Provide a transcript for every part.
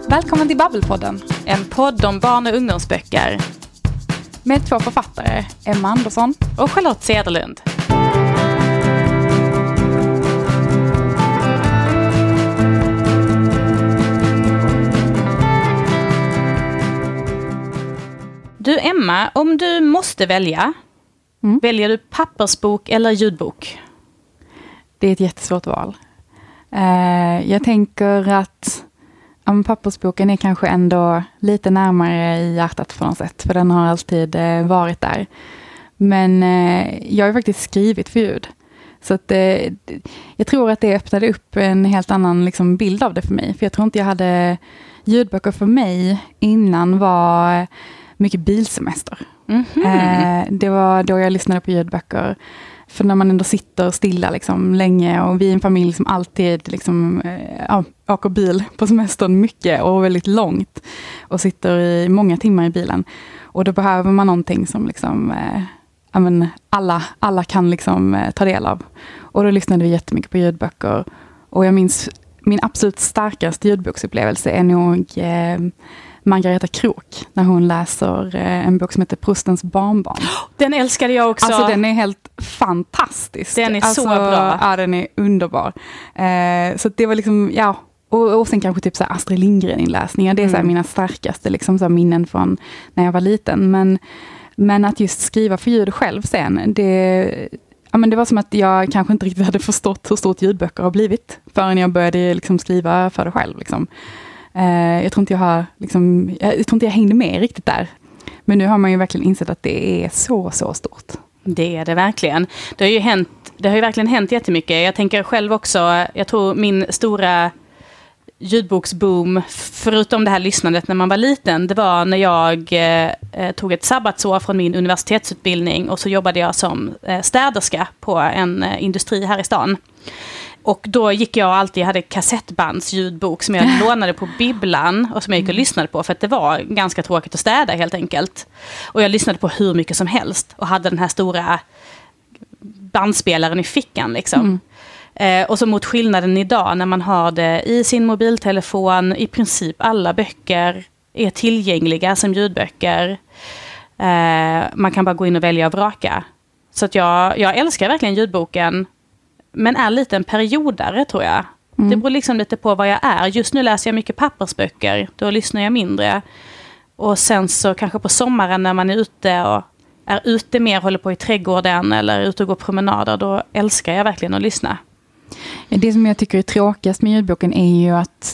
Välkommen till Babbelpodden. En podd om barn- och ungdomsböcker. Med två författare, Emma Andersson och Charlotte Cederlund. Du Emma, om du måste välja, väljer du pappersbok eller ljudbok? Det är ett jättesvårt val. Jag tänker att pappersboken är kanske ändå lite närmare i hjärtat på något sätt. För den har alltid varit där. Men jag har faktiskt skrivit för ljud. Så att, jag tror att det öppnade upp en helt annan liksom, bild av det för mig. För jag tror inte jag hade ljudböcker för mig innan var mycket bilsemester. Det var då jag lyssnade på ljudböcker. För när man ändå sitter stilla liksom, länge och vi är en familj som alltid liksom, åker bil på semestern mycket och väldigt långt och sitter i många timmar i bilen. Och då behöver man någonting som liksom, alla kan liksom, ta del av. Och då lyssnade vi jättemycket på ljudböcker. Och jag minns min absolut starkaste ljudboksupplevelse är nog Margareta Krook när hon läser en bok som heter Prostens barnbarn. Den älskade jag också. Alltså den är helt fantastisk. Den är så bra. Ja, den är underbar. Så det var liksom, ja. Och sen kanske typ så här Astrid Lindgren-inläsningar. Det är så här mina starkaste liksom, så här minnen från när jag var liten. Men att just skriva för ljud själv sen, det var som att jag kanske inte riktigt hade förstått hur stort ljudböcker har blivit förrän jag började liksom, skriva för det själv. Liksom. Jag tror inte jag hängde med riktigt där. Men nu har man ju verkligen insett att det är så stort. Det är det verkligen. Det har ju verkligen hänt jättemycket. Jag tänker själv också, jag tror min stora ljudboksboom, förutom det här lyssnandet när man var liten, det var när jag tog ett sabbatsår från min universitetsutbildning och så jobbade jag som städerska på en industri här i stan. Och då gick jag alltid, hade kassettbands ljudbok som jag lånade på bibblan och som jag gick och lyssnade på för att det var ganska tråkigt att städa helt enkelt. Och jag lyssnade på hur mycket som helst och hade den här stora bandspelaren i fickan liksom. Och så mot skillnaden idag när man har det i sin mobiltelefon, i princip alla böcker är tillgängliga som ljudböcker. Man kan bara gå in och välja och vraka. Så att jag älskar verkligen ljudboken. Men är lite en periodare tror jag. Det beror liksom lite på vad jag är. Just nu läser jag mycket pappersböcker. Då lyssnar jag mindre. Och sen så kanske på sommaren när man är ute och är ute mer, håller på i trädgården eller ute och går promenader, då älskar jag verkligen att lyssna. Det som jag tycker är tråkigast med ljudboken är ju att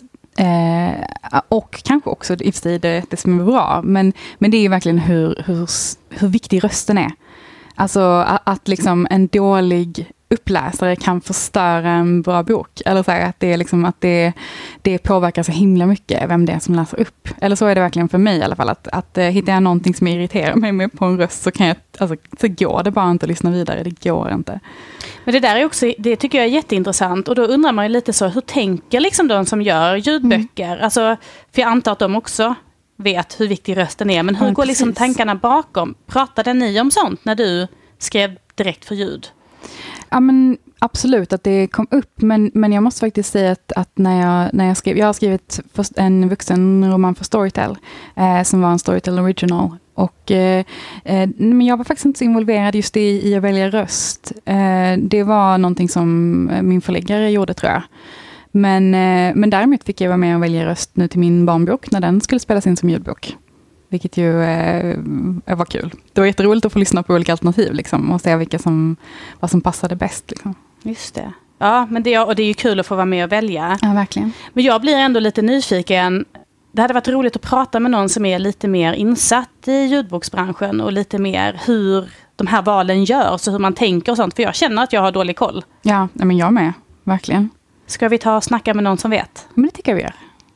och kanske också i och för sig det som är bra, men det är ju verkligen hur viktig rösten är. Alltså att liksom en dålig uppläsare kan förstöra en bra bok. Eller så här, att det är liksom att det påverkar så himla mycket vem det är som läser upp. Eller så är det verkligen för mig i alla fall. Att hittar jag någonting som irriterar mig med på en röst så kan jag, alltså, så går det bara inte att lyssna vidare. Det går inte. Men det där är också, det tycker jag är jätteintressant. Och då undrar man ju lite så, hur tänker liksom de som gör ljudböcker? Alltså, för jag antar att de också vet hur viktig rösten är. Men hur går liksom tankarna bakom? Pratade ni om sånt när du skrev direkt för ljud? Ja, men absolut att det kom upp, men jag måste faktiskt säga att när jag skrev, jag har skrivit en vuxen roman för Storytel som var en Storytel original och men jag var faktiskt inte så involverad just i att välja röst. Det var någonting som min förläggare gjorde tror jag. Men däremot fick jag vara med och välja röst nu till min barnbok när den skulle spelas in som ljudbok. Vilket ju var kul. Det var jätteroligt att få lyssna på olika alternativ liksom, och se vad som passade bäst. Liksom. Just det. Ja, men det är ju kul att få vara med och välja. Ja, verkligen. Men jag blir ändå lite nyfiken. Det hade varit roligt att prata med någon som är lite mer insatt i ljudboksbranschen och lite mer hur de här valen görs och hur man tänker och sånt. För jag känner att jag har dålig koll. Ja, men jag med. Verkligen. Ska vi ta och snacka med någon som vet? Men det tycker jag vi gör.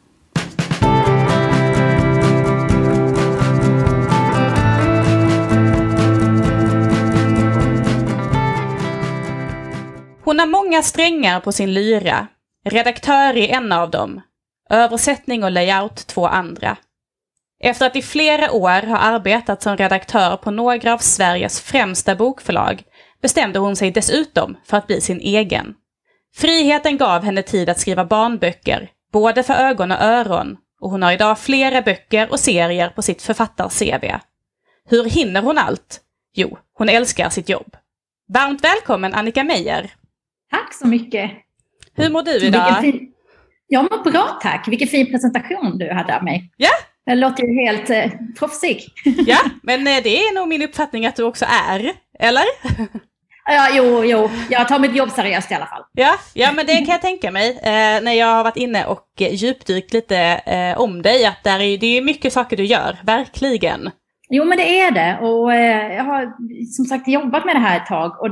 Hon har många strängar på sin lyra. Redaktör är en av dem. Översättning och layout 2 andra. Efter att i flera år ha arbetat som redaktör på några av Sveriges främsta bokförlag bestämde hon sig dessutom för att bli sin egen. Friheten gav henne tid att skriva barnböcker, både för ögon och öron, och hon har idag flera böcker och serier på sitt författar-CV. Hur hinner hon allt? Jo, hon älskar sitt jobb. Varmt välkommen Annika Meijer. Tack så mycket. Hur mår du idag? Jag mår bra tack. Vilken fin presentation du hade av mig. Ja. Det låter ju helt proffsig. Ja, men det är nog min uppfattning att du också är, eller? Ja, jo. Jag tar mitt jobb seriöst i alla fall. Ja, men det kan jag tänka mig. När jag har varit inne och djupdykt lite om dig, att det är mycket saker du gör, verkligen. Jo, men det är det. Och jag har som sagt jobbat med det här ett tag. Och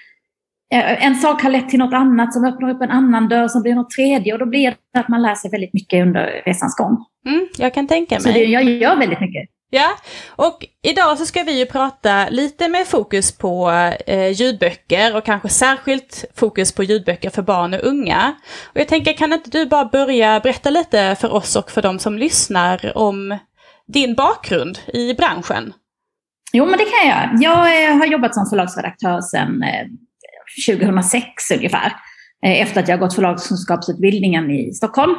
en sak har lett till något annat som öppnar upp en annan dörr som blir något tredje. Och då blir det att man lär sig väldigt mycket under resans gång. Jag kan tänka mig. Så jag gör väldigt mycket. Ja, och idag så ska vi ju prata lite med fokus på ljudböcker och kanske särskilt fokus på ljudböcker för barn och unga. Och jag tänker, kan inte du bara börja berätta lite för oss och för de som lyssnar om din bakgrund i branschen? Jo, men det kan jag. Jag har jobbat som förlagsredaktör sedan 2006 ungefär. Efter att jag gått förlagskunskapsutbildningen i Stockholm.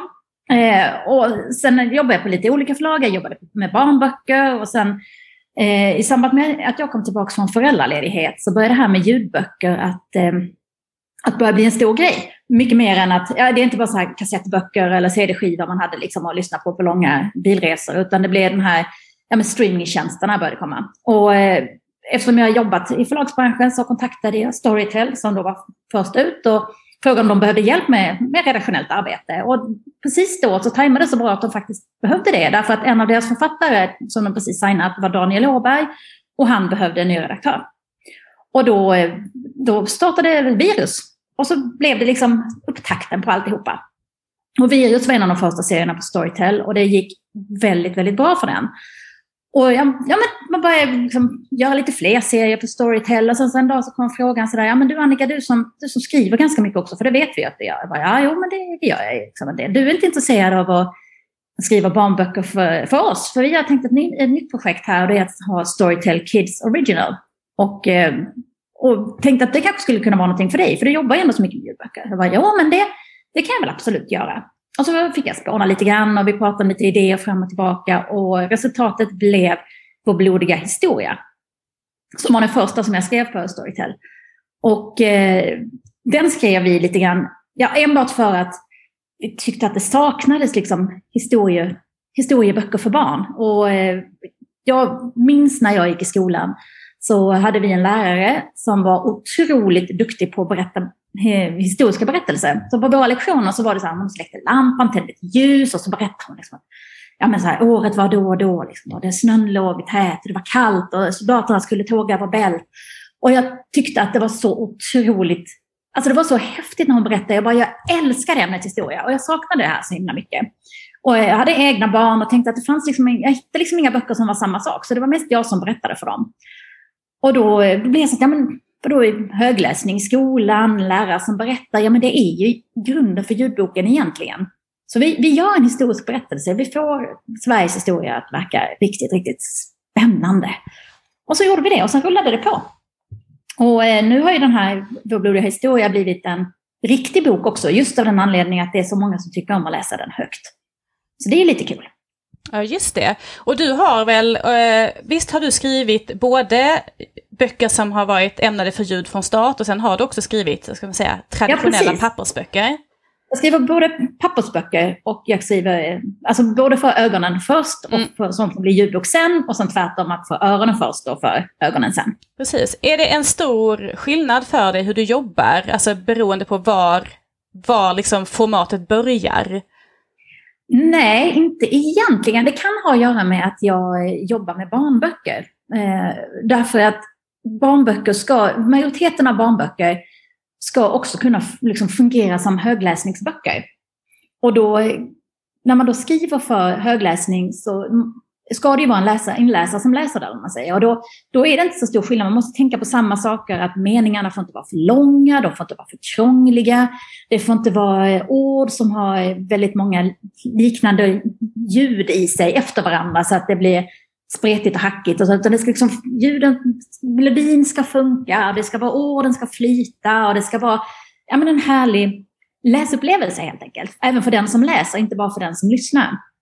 Och sen jobbade jag på lite olika förlag. Jag jobbade med barnböcker och sen i samband med att jag kom tillbaka från föräldraledighet så började det här med ljudböcker att börja bli en stor grej. Mycket mer än att, det är inte bara så här kassettböcker eller CD-skivor man hade liksom att lyssna på långa bilresor, utan det blev den här streamingtjänsterna började komma. Och eftersom jag har jobbat i förlagsbranschen så kontaktade jag Storytel som då var först ut och frågade om de behövde hjälp med redaktionellt arbete. Och precis då så tajmade det så bra att de faktiskt behövde det. Därför att en av deras författare som de precis signat var Daniel Åberg och han behövde en ny redaktör. Och då startade Virus. Och så blev det liksom upptakten på alltihopa. Och Virus var en av de första serierna på Storytel och det gick väldigt, väldigt bra för den. Och man började liksom göra lite fler serier på Storytel och sen en dag så kom frågan sådär, men du Annika, du som skriver ganska mycket också, för det vet vi att du gör. Jag bara, men det gör jag. Liksom. Du är inte intresserad av att skriva barnböcker för oss, för vi har tänkt ett nytt projekt här och det är att ha Storytel Kids Original. Och tänkte att det kanske skulle kunna vara någonting för dig, för du jobbar ju ändå så mycket med ljudböcker. Jag bara, men det kan jag väl absolut göra. Och så fick jag spåna lite grann och vi pratade om lite idéer fram och tillbaka. Och resultatet blev Vår blodiga historia. Som var den första som jag skrev för Storytel. Och den skrev vi lite grann, enbart för att vi tyckte att det saknades liksom historieböcker för barn. Och jag minns när jag gick i skolan så hade vi en lärare som var otroligt duktig på att berätta historiska berättelser. Så på våra lektioner så var det så här, man släckte lampan, tände ett ljus och så berättade hon liksom, så här, året var då och då liksom, och det snön låg i tät, det var kallt och soldaterna skulle tåga över Bält. Och jag tyckte att det var så otroligt, alltså det var så häftigt när hon berättade. Jag älskade ämnet historia och jag saknade det här så himla mycket. Och jag hade egna barn och tänkte att det fanns liksom, jag hittade liksom inga böcker som var samma sak, så det var mest jag som berättade för dem. Och då blev jag så att, för då är högläsning, skolan, lärare som berättar, men det är ju grunden för ljudboken egentligen. Så vi gör en historisk berättelse, vi får Sveriges historia att verka riktigt, riktigt spännande. Och så gjorde vi det och sen rullade det på. Och nu har ju den här Vår blodiga historia blivit en riktig bok också, just av den anledningen att det är så många som tycker om att läsa den högt. Så det är lite kul. Ja, just det. Och du har väl, visst har du skrivit både böcker som har varit ämnade för ljud från start och sen har du också skrivit, ska man säga, traditionella pappersböcker. Jag skriver både pappersböcker och jag skriver alltså både för ögonen först och för sånt som blir ljudbok sen och sen tvärtom att för öronen först och för ögonen sen. Precis. Är det en stor skillnad för dig hur du jobbar? Alltså beroende på var liksom formatet börjar? Nej, inte egentligen. Det kan ha att göra med att jag jobbar med barnböcker. Därför att majoriteten av barnböcker ska också kunna liksom fungera som högläsningsböcker. Och då, när man då skriver för högläsning så ska det ju vara en läsare som läser där, om man säger. Och då är det inte så stor skillnad. Man måste tänka på samma saker, att meningarna får inte vara för långa, de får inte vara för krångliga. Det får inte vara ord som har väldigt många liknande ljud i sig efter varandra så att det blir spretigt och hackigt. Och så, utan det ska liksom, melodin ska funka, det ska vara orden ska flyta och det ska vara en härlig läsupplevelse helt enkelt. Även för den som läser, inte bara för den som lyssnar.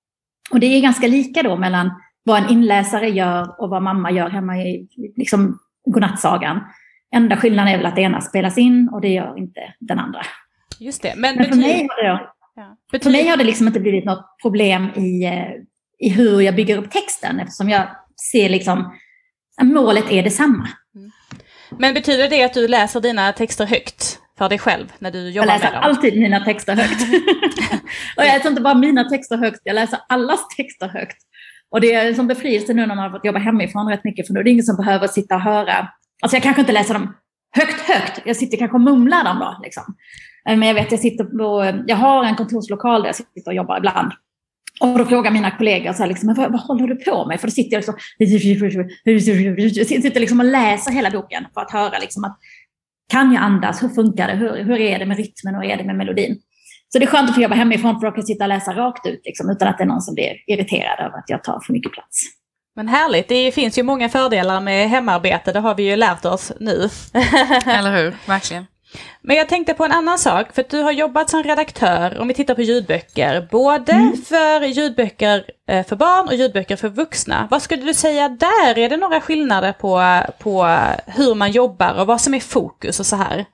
Och det är ganska lika då mellan vad en inläsare gör och vad mamma gör hemma i liksom godnattsagan. Enda skillnaden är väl att det ena spelas in och det gör inte den andra. Just det. Men för mig har det liksom inte blivit något problem i hur jag bygger upp texten, eftersom jag ser liksom att målet är detsamma. Men betyder det att du läser dina texter högt för dig själv när du jobbar med dem? Jag läser alltid mina texter högt. Och jag läser inte bara mina texter högt, jag läser allas texter högt. Och det är som befrielse nu när man har fått jobba hemifrån rätt mycket, för nu är det ingen som behöver sitta och höra. Alltså jag kanske inte läser dem högt. Jag sitter kanske och mumlar dem då. Liksom. Men jag vet, jag har en kontorslokal där jag sitter och jobbar ibland. Och då frågar mina kollegor så här, liksom, men vad håller du på med? För då sitter jag liksom, jag sitter liksom och läser hela boken för att höra liksom att kan jag andas? Hur funkar det? Hur är det med rytmen och hur är det med melodin? Så det är skönt att få jobba hemifrån för att kunna sitta och läsa rakt ut liksom, utan att det är någon som blir irriterad över att jag tar för mycket plats. Men härligt, det finns ju många fördelar med hemarbete, det har vi ju lärt oss nu. Eller hur, verkligen. Men jag tänkte på en annan sak, för att du har jobbat som redaktör, om vi tittar på ljudböcker, både för ljudböcker för barn och ljudböcker för vuxna. Vad skulle du säga där? Är det några skillnader på hur man jobbar och vad som är fokus och så här?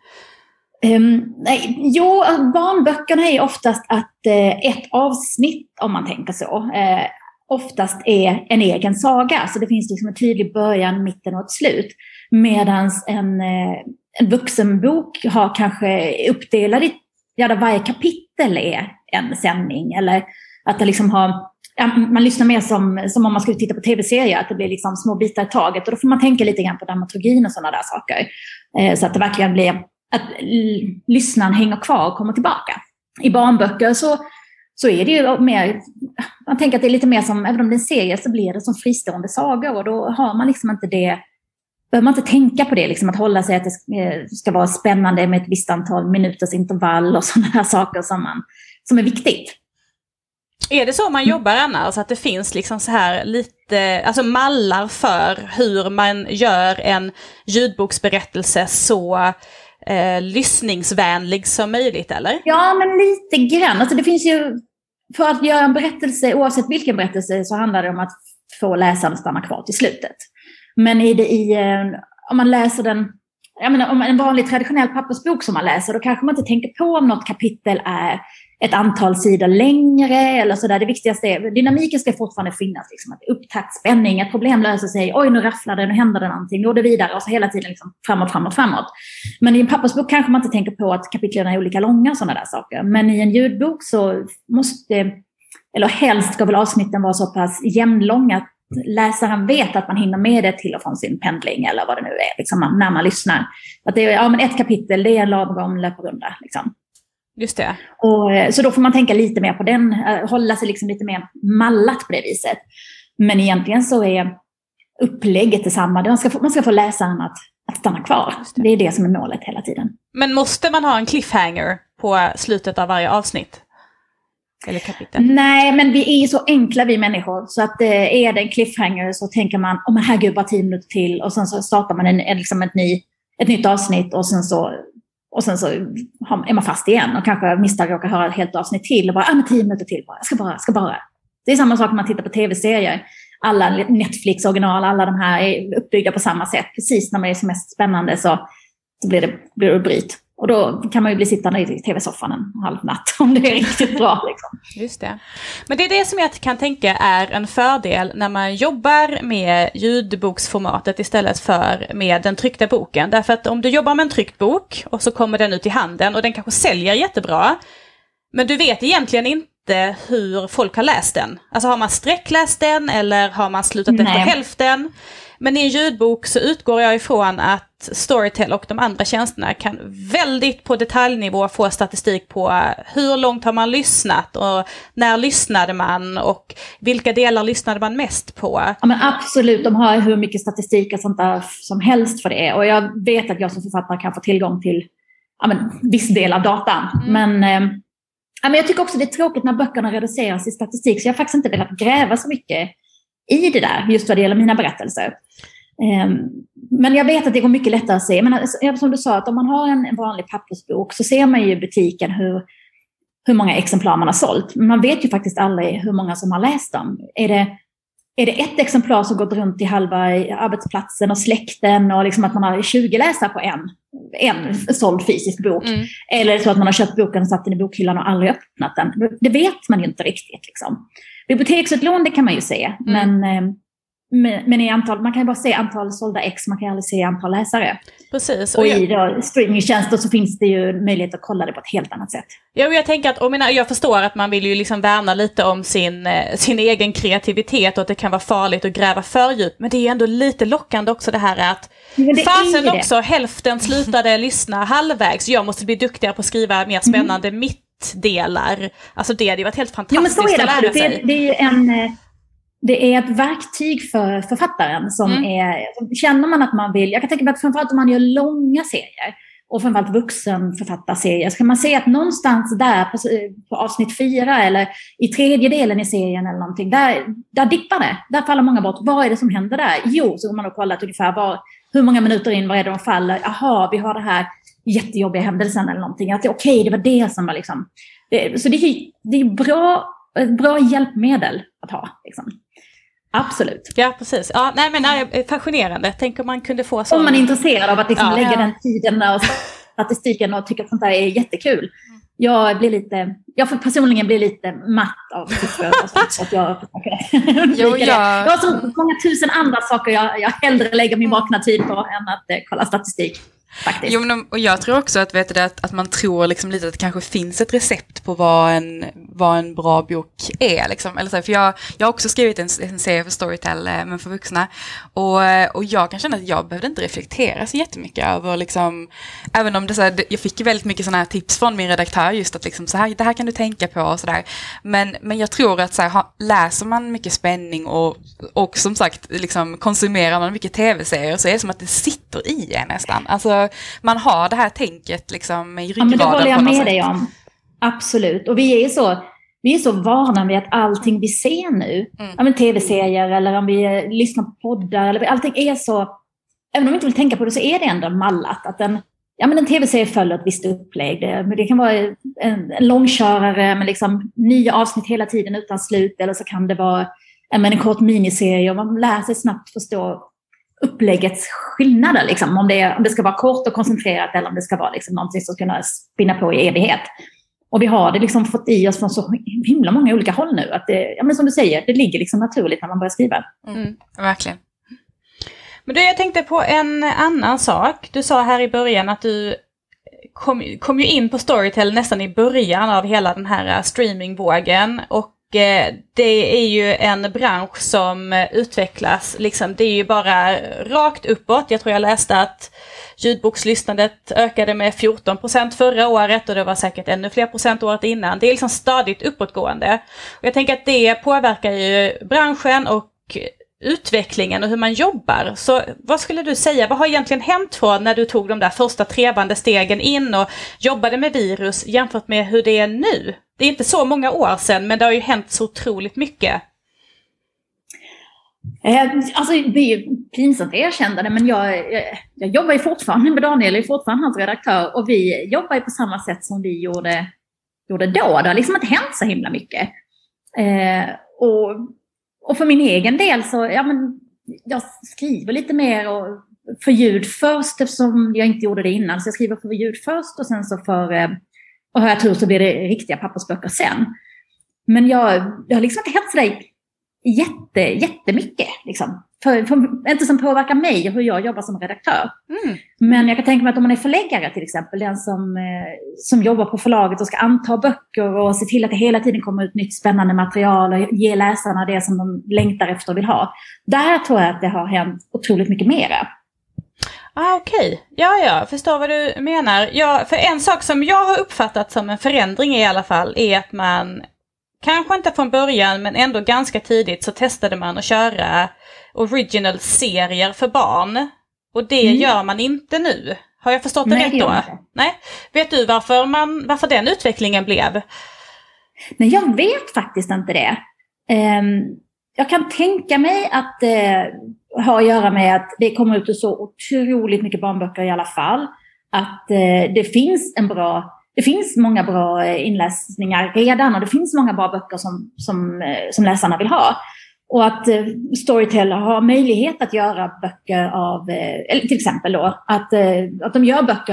Barnböckerna är oftast att ett avsnitt, om man tänker så, oftast är en egen saga. Så det finns liksom en tydlig början, mitten och ett slut. Medan en vuxenbok har kanske uppdelad i, där varje kapitel är en sändning. Eller att det liksom man lyssnar mer som om man skulle titta på tv-serier, att det blir liksom små bitar i taget. Och då får man tänka lite grann på dramaturgin och sådana där saker. Så att det verkligen blir att lyssnaren hänger kvar och kommer tillbaka. I barnböcker så är det ju mer, man tänker att det är lite mer som, även om det är en serie så blir det som fristående sagor, och då har man liksom inte det, behöver man inte tänka på det, liksom att hålla sig att det ska vara spännande med ett visst antal minuters intervall och sådana här saker som är viktigt. Är det så man jobbar annars, att det finns liksom så här lite, alltså mallar för hur man gör en ljudboksberättelse så lyssningsvänlig som möjligt, eller? Ja, men lite grann. Alltså det finns ju, för att göra en berättelse, oavsett vilken berättelse, så handlar det om att få läsaren att stanna kvar till slutet. Men om man läser om en vanlig traditionell pappersbok som man läser, då kanske man inte tänker på om något kapitel är ett antal sidor längre eller sådär. Det viktigaste är, dynamiken ska fortfarande finnas, liksom, att upptakt, spänning, ett problem löser sig, oj nu rafflar det, nu händer det någonting, går det vidare, och så hela tiden liksom framåt. Men i en pappersbok kanske man inte tänker på att kapitlen är olika långa och sådana där saker. Men i en ljudbok så eller helst ska väl avsnitten vara så pass jämnlånga att läsaren vet att man hinner med det till och från sin pendling eller vad det nu är, liksom, när man lyssnar. Att det är, men ett kapitel, det är en lagom löprunda, liksom. Just det. Och, så då får man tänka lite mer på den, hålla sig liksom lite mer mallat på det viset. Men egentligen så är upplägget detsamma. Man ska få läsaren att stanna kvar. Det är det som är målet hela tiden. Men måste man ha en cliffhanger på slutet av varje avsnitt? Eller kapitel? Nej, men vi är så enkla vi människor. Så att är det en cliffhanger så tänker man, men herregud, bara 10 minuter till. Och sen så startar man ett nytt avsnitt, och sen så är man fast igen och kanske misstag råkar höra ett helt avsnitt till och bara, 10 minuter till bara, jag ska bara. Det är samma sak när man tittar på tv-serier. Alla Netflix-original, alla de här är uppbyggda på samma sätt. Precis när man är som mest spännande så blir det bryt. Och då kan man ju bli sittande i tv-soffan en halv natt om det är riktigt bra. Liksom. Just det. Men det är det som jag kan tänka är en fördel när man jobbar med ljudboksformatet istället för med den tryckta boken. Därför att om du jobbar med en tryckt bok och så kommer den ut i handen och den kanske säljer jättebra, men du vet egentligen inte hur folk har läst den. Alltså har man sträckläst den eller har man slutat efter hälften? Men i en ljudbok så utgår jag ifrån att Storytel och de andra tjänsterna kan väldigt på detaljnivå få statistik på hur långt har man lyssnat och när lyssnade man och vilka delar lyssnade man mest på. Ja, men absolut, de har hur mycket statistik och sånt där som helst för det. Och jag vet att jag som författare kan få tillgång till viss del av datan. Men jag tycker också det är tråkigt när böckerna reduceras i statistik, så jag har faktiskt inte velat gräva så mycket i det där, just vad det gäller mina berättelser. Men jag vet att det går mycket lättare att se. Men som du sa, att om man har en vanlig pappersbok så ser man ju i butiken hur hur många exemplar man har sålt. Men man vet ju faktiskt aldrig hur många som har läst dem. Är det ett exemplar som gått runt i halva arbetsplatsen och släkten och liksom att man har 20 läsare på en såld fysisk bok? Eller är det så att man har köpt boken och satt den i bokhyllan och aldrig öppnat den? Det vet man ju inte riktigt. Liksom. Biblioteksutlån, det kan man ju se. Men i antal, man kan ju bara se antal sålda ex, man kan aldrig se antal läsare. Precis. Och i streamingtjänster så finns det ju möjlighet att kolla det på ett helt annat sätt. Ja, och jag tänker att, jag förstår att man vill ju liksom värna lite om sin egen kreativitet och att det kan vara farligt att gräva för djupt. Men det är ju ändå lite lockande också det här att fasen också, hälften slutade lyssna halvvägs. Jag måste bli duktigare på att skriva mer spännande mittdelar. Alltså det hade ju varit helt fantastiskt att lära sig. Det är ju det är ett verktyg för författaren som känner man att man vill. Jag kan tänka mig att framförallt om man gör långa serier och framförallt vuxenförfattarserier så kan man se att någonstans där på avsnitt 4 eller i tredje delen i serien eller någonting, där dippar det. Där faller många bort. Vad är det som händer där? Jo, så har man då kollat ungefär hur många minuter in, vad är det de faller? Jaha, vi har det här jättejobbiga händelsen eller någonting. Att det var det som var liksom. Så det är ett bra hjälpmedel att ha liksom. Absolut. Ja, precis. Ja, nej, men det är fascinerande. Tänk om man kunde få så. Om man är intresserad av att liksom lägga den tiden och statistiken och tycker att sånt där är jättekul. Jag får personligen bli lite matt av siffror så att jag jag har så många tusen andra saker jag hellre lägger min vakna tid på än att kolla statistik. Faktiskt. Jo, och jag tror också att man tror liksom lite att det kanske finns ett recept på vad en bra bok är. Liksom. Eller så, för jag har också skrivit en serie för Storytel, men för vuxna. Och jag kan känna att jag behövde inte reflektera så jättemycket över, liksom, även om jag fick väldigt mycket sådana här tips från min redaktör, just att liksom, det här kan du tänka på och sådär. Men jag tror att läser man mycket spänning och som sagt liksom, konsumerar man mycket tv-serier så är det som att det sitter i en nästan. Alltså, man har det här tänket liksom i ryggraden. Ja, men det håller jag med sätt. dig om. Absolut. Och vi är så vana vid att allting vi ser nu, tv-serier eller om vi lyssnar på poddar, eller allting är så, även om vi inte vill tänka på det så är det ändå mallat. Att en tv-serie följer ett visst upplägg. Det kan vara en långkörare med liksom nya avsnitt hela tiden utan slut, eller så kan det vara en kort miniserie och man lär sig snabbt förstå uppläggets skillnader, liksom, om det ska vara kort och koncentrerat eller om det ska vara liksom någonting som ska kunna spinna på i evighet. Och vi har det liksom fått i oss från så himla många olika håll nu att men som du säger, det ligger liksom naturligt när man börjar skriva. Verkligen. Men jag tänkte på en annan sak. Du sa här i början att du kom ju in på Storytel nästan i början av hela den här streamingvågen, och det är ju en bransch som utvecklas, liksom, det är ju bara rakt uppåt. Jag tror jag läste att ljudbokslyssnandet ökade med 14% förra året och det var säkert ännu fler procent året innan. Det är liksom stadigt uppåtgående. Och jag tänker att det påverkar ju branschen och utvecklingen och hur man jobbar. Så vad skulle du säga, vad har egentligen hänt från när du tog de där första trevande stegen in och jobbade med virus jämfört med hur det är nu? Det är inte så många år sedan, men det har ju hänt så otroligt mycket. Alltså det är ju pinsamt att erkänna det, men jag jobbar ju fortfarande med Daniel, är fortfarande hans redaktör, och vi jobbar ju på samma sätt som vi gjorde då. Det har liksom inte hänt så himla mycket. Och för min egen del så, jag skriver lite mer och för ljud först, eftersom jag inte gjorde det innan. Så jag skriver för ljud först och sen så och har jag tur så blir det riktiga pappersböcker sen. Men jag har liksom inte hänt sådär jättemycket liksom. Inte som påverkar mig och hur jag jobbar som redaktör. Men jag kan tänka mig att om man är förläggare till exempel, den som jobbar på förlaget och ska anta böcker och se till att det hela tiden kommer ut nytt spännande material och ge läsarna det som de längtar efter och vill ha. Där tror jag att det har hänt otroligt mycket mera. Okej. Ja, förstår vad du menar. Ja, för en sak som jag har uppfattat som en förändring i alla fall är att man, kanske inte från början men ändå ganska tidigt, så testade man att köra original-serier för barn. Och det gör man inte nu. Har jag förstått det rätt då? Nej. Vet du varför den utvecklingen blev? Nej, jag vet faktiskt inte det. Jag kan tänka mig att det har att göra med att det kommer ut så otroligt mycket barnböcker i alla fall. Att det finns en bra det finns många bra inläsningar redan och det finns många bra böcker som läsarna vill ha. Och att Storytel har möjlighet att göra böcker av, eller till exempel då, att de gör böcker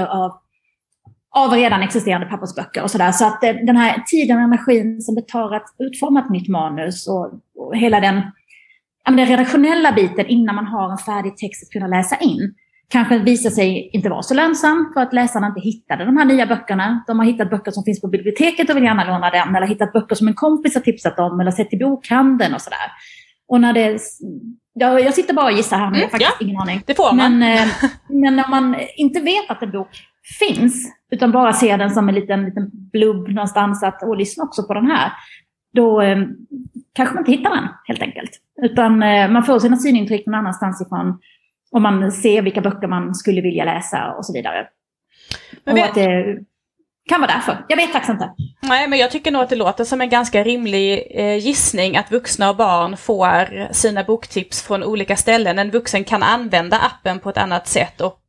av redan existerande pappersböcker och sådär. Så att den här tiden och energin som det tar att utforma ett nytt manus och hela den redaktionella biten innan man har en färdig text att kunna läsa in kanske visar sig inte vara så lönsam för att läsarna inte hittade de här nya böckerna. De har hittat böcker som finns på biblioteket och vill gärna låna den, eller hittat böcker som en kompis har tipsat om eller sett i bokhandeln och sådär. Och när det... Ja, jag sitter bara och gissar här, men jag har faktiskt ingen aning. Det får man. Men när man inte vet att en bok finns, utan bara ser den som en liten blubb någonstans att lyssna också på den här, då kanske man inte hittar den helt enkelt. Utan man får sina synintryck någon annanstans ifrån, om man ser vilka böcker man skulle vilja läsa och så vidare. Och att det kan vara därför. Jag vet faktiskt inte. Nej, men jag tycker nog att det låter som en ganska rimlig gissning att vuxna och barn får sina boktips från olika ställen. En vuxen kan använda appen på ett annat sätt och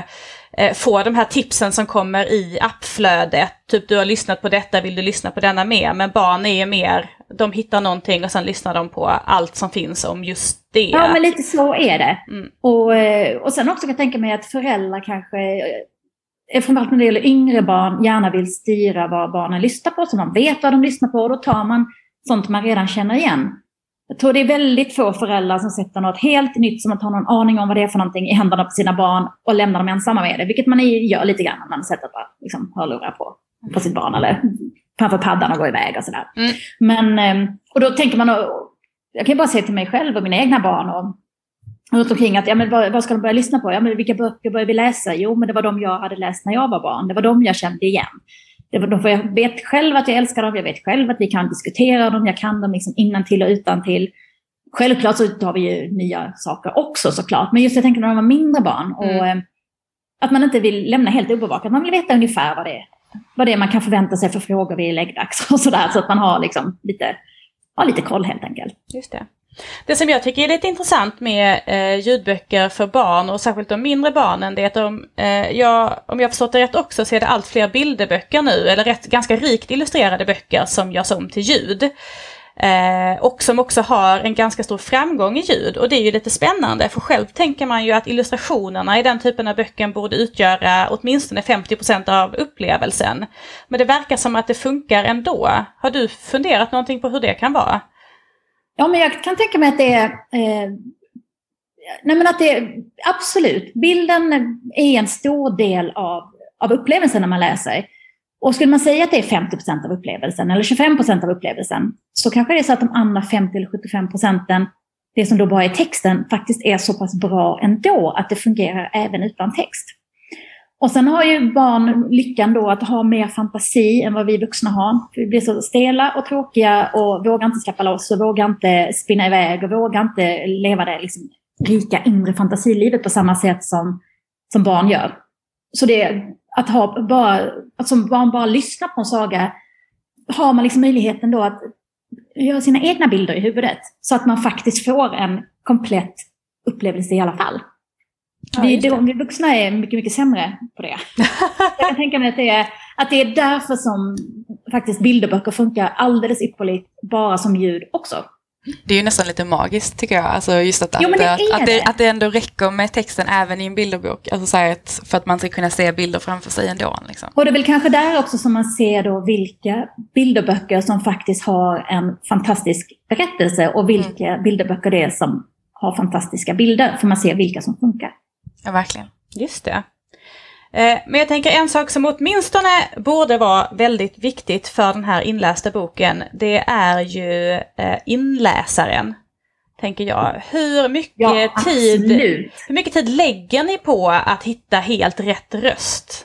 få de här tipsen som kommer i appflödet. Typ, du har lyssnat på detta, vill du lyssna på denna mer? Men barn är mer, de hittar någonting och sen lyssnar de på allt som finns om just det. Ja, men lite så är det. Mm. Och sen också kan jag tänka mig att föräldrar kanske, framförallt när det gäller yngre barn, gärna vill styra vad barnen lyssnar på, så man vet vad de lyssnar på, och då tar man sånt man redan känner igen. Jag tror det är väldigt få föräldrar som sätter något helt nytt som att ha någon aning om vad det är för någonting i händerna på sina barn och lämnar dem ensamma med det. Vilket man gör lite grann när man sätter bara hörlurar på sitt barn eller framför paddan och går iväg och sådär. Mm. Men, och då tänker man, jag kan bara säga till mig själv och mina egna barn och runt omkring att vad ska de börja lyssna på? Vilka böcker börjar vi läsa? Jo, men det var de jag hade läst när jag var barn. Det var de jag kände igen. Det var de, för jag vet själv att jag älskar dem. Jag vet själv att vi kan diskutera dem. Jag kan dem liksom innantill och utantill. Självklart så tar vi ju nya saker också såklart. Men just jag tänker när de var mindre barn. Och att man inte vill lämna helt obevakat. Man vill veta ungefär vad det är man kan förvänta sig för frågor vid läggdags och sådär. Så att man har liksom lite koll helt enkelt. Just det. Det som jag tycker är lite intressant med ljudböcker för barn och särskilt de mindre barnen, det är att om jag förstått det rätt också, så är det allt fler bilderböcker nu, eller ganska rikt illustrerade böcker som görs om till ljud. Och som också har en ganska stor framgång i ljud, och det är ju lite spännande, för själv tänker man ju att illustrationerna i den typen av böcker borde utgöra åtminstone 50% av upplevelsen. Men det verkar som att det funkar ändå. Har du funderat någonting på hur det kan vara? Ja, men jag kan tänka mig att det är... absolut. Bilden är en stor del av upplevelsen när man läser. Och skulle man säga att det är 50% av upplevelsen eller 25% av upplevelsen, så kanske det är så att de andra 50 eller 75%, det som då bara är texten, faktiskt är så pass bra ändå att det fungerar även utan text. Och sen har ju barn lyckan då att ha mer fantasi än vad vi vuxna har. Vi blir så stela och tråkiga och vågar inte släppa loss och vågar inte spinna iväg och vågar inte leva det liksom rika inre fantasilivet på samma sätt som barn gör. Så det är att som barn bara lyssna på en saga, har man liksom möjligheten då att göra sina egna bilder i huvudet så att man faktiskt får en komplett upplevelse i alla fall. Ja, vi vuxna är mycket, mycket sämre på det. Jag kan tänka mig att det är därför som faktiskt bilderböcker funkar alldeles ypperligt bara som ljud också. Det är ju nästan lite magiskt tycker jag. Alltså just att det ändå räcker med texten även i en bilderbok. Alltså så här för att man ska kunna se bilder framför sig ändå. Liksom. Och det är väl kanske där också som man ser då vilka bilderböcker som faktiskt har en fantastisk berättelse och vilka bilderböcker det är som har fantastiska bilder. För man ser vilka som funkar. Ja, verkligen. Just det. Men jag tänker en sak som åtminstone borde vara väldigt viktigt för den här inlästa boken, det är ju inläsaren, tänker jag. Hur mycket tid lägger ni på att hitta helt rätt röst?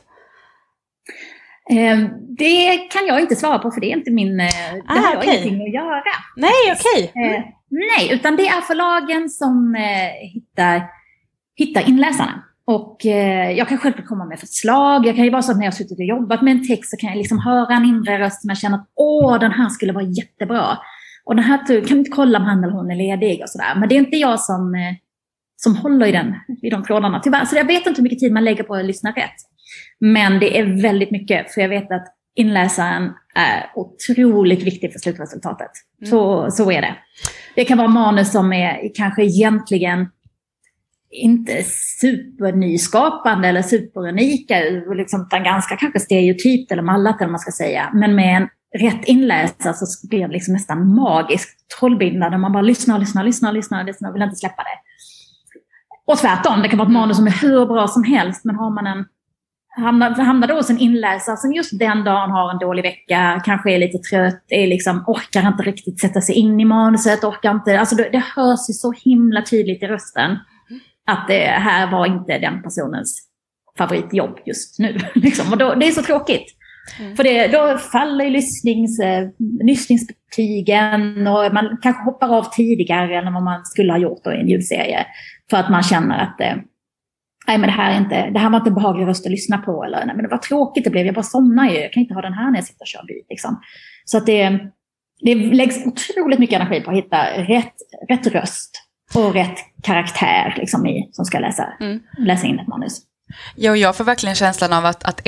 Det kan jag inte svara på, för det är inte min... det har jag ingenting att göra. Nej, okej. Nej, utan det är förlagen som hittar inläsarna. Och jag kan självklart komma med förslag. Jag kan ju vara så att när jag har suttit och jobbat med en text så kan jag liksom höra en inre röst som jag känner att den här skulle vara jättebra. Och den här kan du inte kolla om han eller hon är ledig och sådär. Men det är inte jag som håller i de trådarna tyvärr. Så jag vet inte hur mycket tid man lägger på att lyssna rätt. Men det är väldigt mycket, för jag vet att inläsaren är otroligt viktig för slutresultatet. Så är det. Det kan vara manus som är kanske egentligen inte supernyskapande eller superunika, liksom, utan ganska kanske stereotypt eller mallat eller man ska säga. Men med en rätt inläsare så blir det liksom nästan magiskt trollbindande. Man bara lyssnar och vill inte släppa det. Och tvärtom, det kan vara ett manus som är hur bra som helst, men har man hamnar då hos en inläsare som just den dagen har en dålig vecka, kanske är lite trött, orkar inte riktigt sätta sig in i manuset, alltså det hörs ju så himla tydligt i rösten att det här var inte den personens favoritjobb just nu. Liksom. Och det är så tråkigt. För då faller ju lyssningsbetygen och man kanske hoppar av tidigare än vad man skulle ha gjort då i en ljudserie. För att man känner att nej, men det här var inte en behaglig röst att lyssna på. Eller nej, men det var tråkigt det blev, jag bara somnar ju. Jag kan inte ha den här när jag sitter och kör bil. Liksom. Så att det läggs otroligt mycket energi på att hitta rätt röst och rätt karaktär liksom, som ska läsa in ett manus. Ja, jag får verkligen känslan av att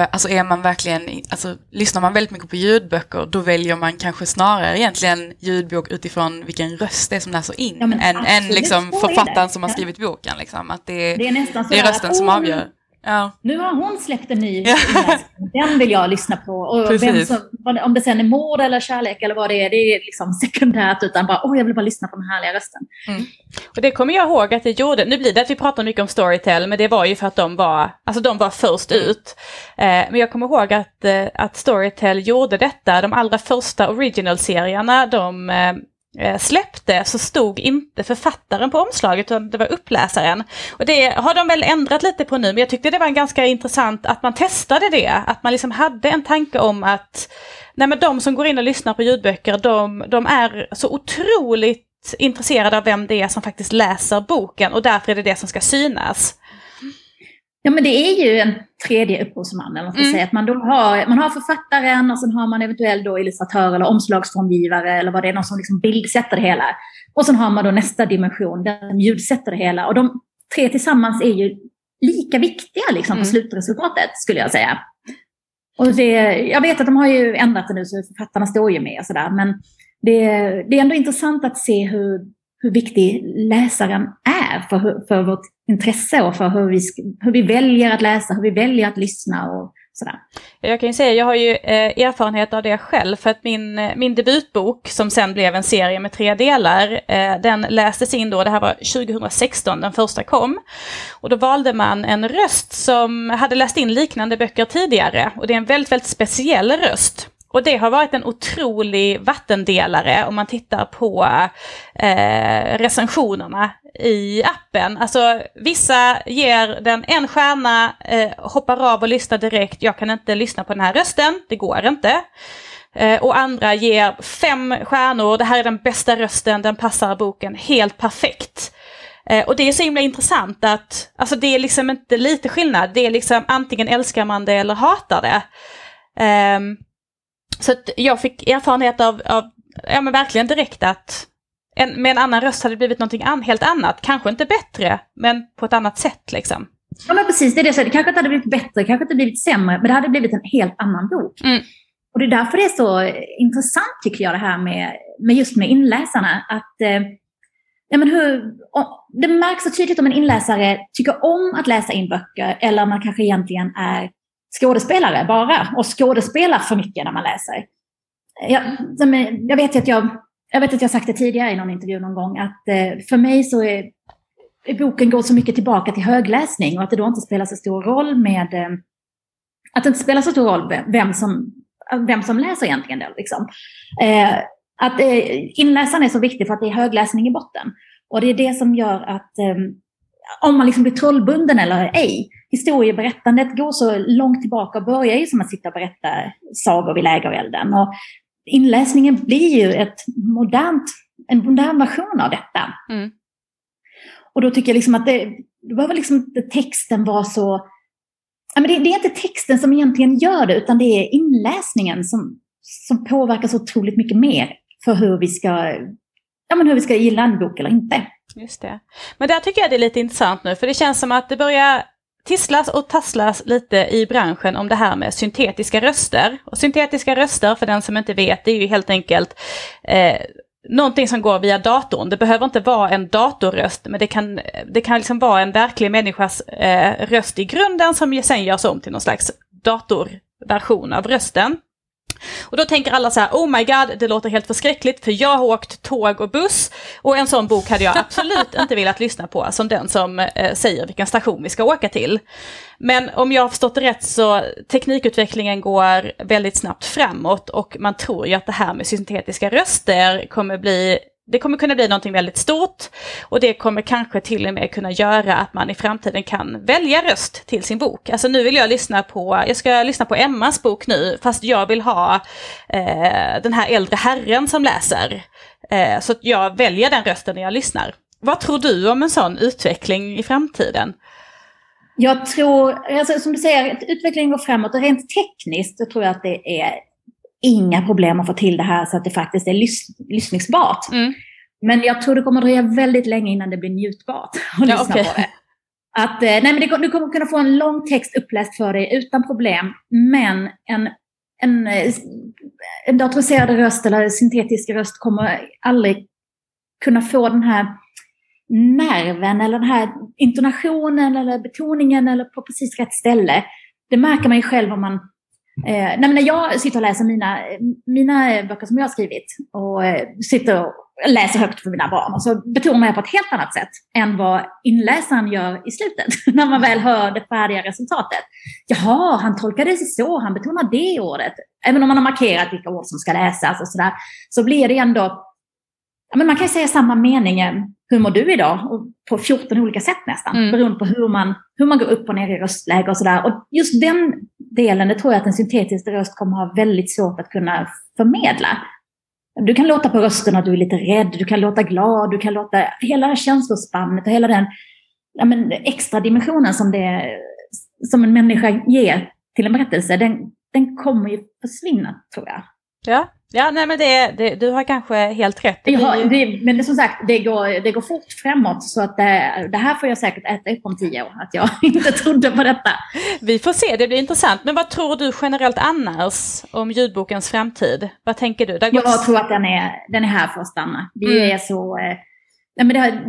lyssnar man väldigt mycket på ljudböcker, då väljer man kanske snarare egentligen ljudbok utifrån vilken röst det är som läser in, än liksom författaren som har skrivit boken. Liksom. Att det är nästan så det är rösten som avgör. Ja. Nu har hon släppt en ny den vill jag lyssna på. Och om det sen är mord eller kärlek eller vad det är liksom sekundärt, utan bara, jag vill bara lyssna på den härliga rösten. Och det kommer jag ihåg att det gjorde. Nu blir det att vi pratar mycket om Storytel, men det var ju för att de var först ut. Men jag kommer ihåg att Storytel gjorde detta. De allra första original-serierna de släppte, så stod inte författaren på omslaget, utan det var uppläsaren. Och det har de väl ändrat lite på nu, men jag tyckte det var ganska intressant att man testade det. Att man liksom hade en tanke om att men de som går in och lyssnar på ljudböcker, de är så otroligt intresserade av vem det är som faktiskt läser boken, och därför är det som ska synas. Ja, men det är ju en tredje upphovsman, eller man ska säga, att man har författaren och sen har man eventuellt då illustratör eller omslagsformgivare eller vad det är, någon som liksom bildsätter det hela. Och sen har man då nästa dimension, den ljudsätter det hela. Och de tre tillsammans är ju lika viktiga liksom på slutresultatet, skulle jag säga. Och jag vet att de har ju ändrat det nu, så författarna står ju med och sådär, men det är ändå intressant att se hur viktig läsaren är för vårt intresse och för hur vi väljer att läsa, hur vi väljer att lyssna och sådär. Jag kan ju säga, jag har ju erfarenhet av det själv, för att min debutbok, som sen blev en serie med 3 delar, den lästes in då, det här var 2016, den första kom. Och då valde man en röst som hade läst in liknande böcker tidigare, och det är en väldigt, väldigt speciell röst. Och det har varit en otrolig vattendelare om man tittar på recensionerna i appen. Alltså vissa ger den 1 stjärna, hoppar av och lyssnar direkt. Jag kan inte lyssna på den här rösten, det går inte. Och andra ger 5 stjärnor, det här är den bästa rösten, den passar boken helt perfekt. Och det är så himla intressant att alltså det är liksom inte lite skillnad. Det är liksom antingen älskar man det eller hatar det. Så att jag fick erfarenhet av men verkligen direkt att med en annan röst hade det blivit någonting helt annat. Kanske inte bättre, men på ett annat sätt liksom. Ja, men precis, det är det. Det kanske inte hade blivit bättre, kanske inte blivit sämre, men det hade blivit en helt annan bok. Och det är därför det är så intressant, tycker jag, det här med just med inläsarna. Att det märks så tydligt om en inläsare tycker om att läsa in böcker, eller om man kanske egentligen är skådespelare bara och skådespelar för mycket när man läser. Jag vet att jag sagt det tidigare i någon intervju någon gång, att för mig så är boken går så mycket tillbaka till högläsning, och att det då inte spelar så stor roll vem som läser egentligen det liksom. Att inläsaren är så viktig för att det är högläsning i botten, och det är det som gör att om man liksom blir trollbunden eller ej. Historieberättandet går så långt tillbaka och börjar ju som att sitta och berätta sagor vid lägerelden. Och inläsningen blir ju en modern version av detta. Och då tycker jag liksom att det behöver liksom texten vara så... Ja, men det är inte texten som egentligen gör det, utan det är inläsningen som påverkar så otroligt mycket mer för hur vi ska gilla en bok eller inte. Just det. Men där tycker jag det är lite intressant nu, för det känns som att det börjar tisslas och tasslas lite i branschen om det här med syntetiska röster. Och syntetiska röster, för den som inte vet, det är ju helt enkelt någonting som går via datorn. Det behöver inte vara en datorröst, men det kan liksom vara en verklig människas röst i grunden som sen görs om till någon slags datorversion av rösten. Och då tänker alla så här: oh my god, det låter helt förskräckligt, för jag har åkt tåg och buss och en sån bok hade jag absolut inte velat lyssna på, som den som säger vilken station vi ska åka till. Men om jag har förstått det rätt så teknikutvecklingen går väldigt snabbt framåt, och man tror ju att det här med syntetiska röster kommer kunna bli någonting väldigt stort, och det kommer kanske till och med kunna göra att man i framtiden kan välja röst till sin bok. Alltså nu vill jag ska lyssna på Emmas bok nu, fast jag vill ha den här äldre herren som läser. Så att jag väljer den rösten när jag lyssnar. Vad tror du om en sån utveckling i framtiden? Jag tror, alltså, som du säger, att utvecklingen går framåt, och rent tekniskt så tror jag att det är inga problem att få till det här så att det faktiskt är lyssningsbart. Mm. Men jag tror det kommer att dröja väldigt länge innan det blir njutbart att lyssna på det. Du kommer kunna få en lång text uppläst för dig utan problem, men en datoriserad röst eller syntetisk röst kommer aldrig kunna få den här nerven eller den här intonationen eller betoningen eller på precis rätt ställe. Det märker man ju själv om man när jag sitter och läser mina böcker som jag har skrivit och sitter och läser högt för mina barn, och så betonar jag på ett helt annat sätt än vad inläsaren gör i slutet när man väl hör det färdiga resultatet. Jaha, han tolkade det så, han betonar det ordet. Även om man har markerat vilka ord som ska läsas och sådär, så blir det ändå, men man kan ju säga samma meningen, hur mår du idag? Och på 14 olika sätt nästan. Beroende på hur man går upp och ner i röstläge och sådär. Och just den delen, det tror jag att en syntetisk röst kommer ha väldigt svårt att kunna förmedla. Du kan låta på rösten att du är lite rädd, du kan låta glad, du kan låta hela det känslospannet och hela den extra dimensionen som en människa ger till en berättelse, den kommer ju försvinna, tror jag. Ja, nej, men du har kanske helt rätt. Men som sagt, det går fort framåt, så att det här får jag säkert äta upp om 10 år, att jag inte trodde på detta. Vi får se, det blir intressant. Men vad tror du generellt annars om ljudbokens framtid? Vad tänker du? Jag tror att den är här för att stanna. Vi är så... Nej, men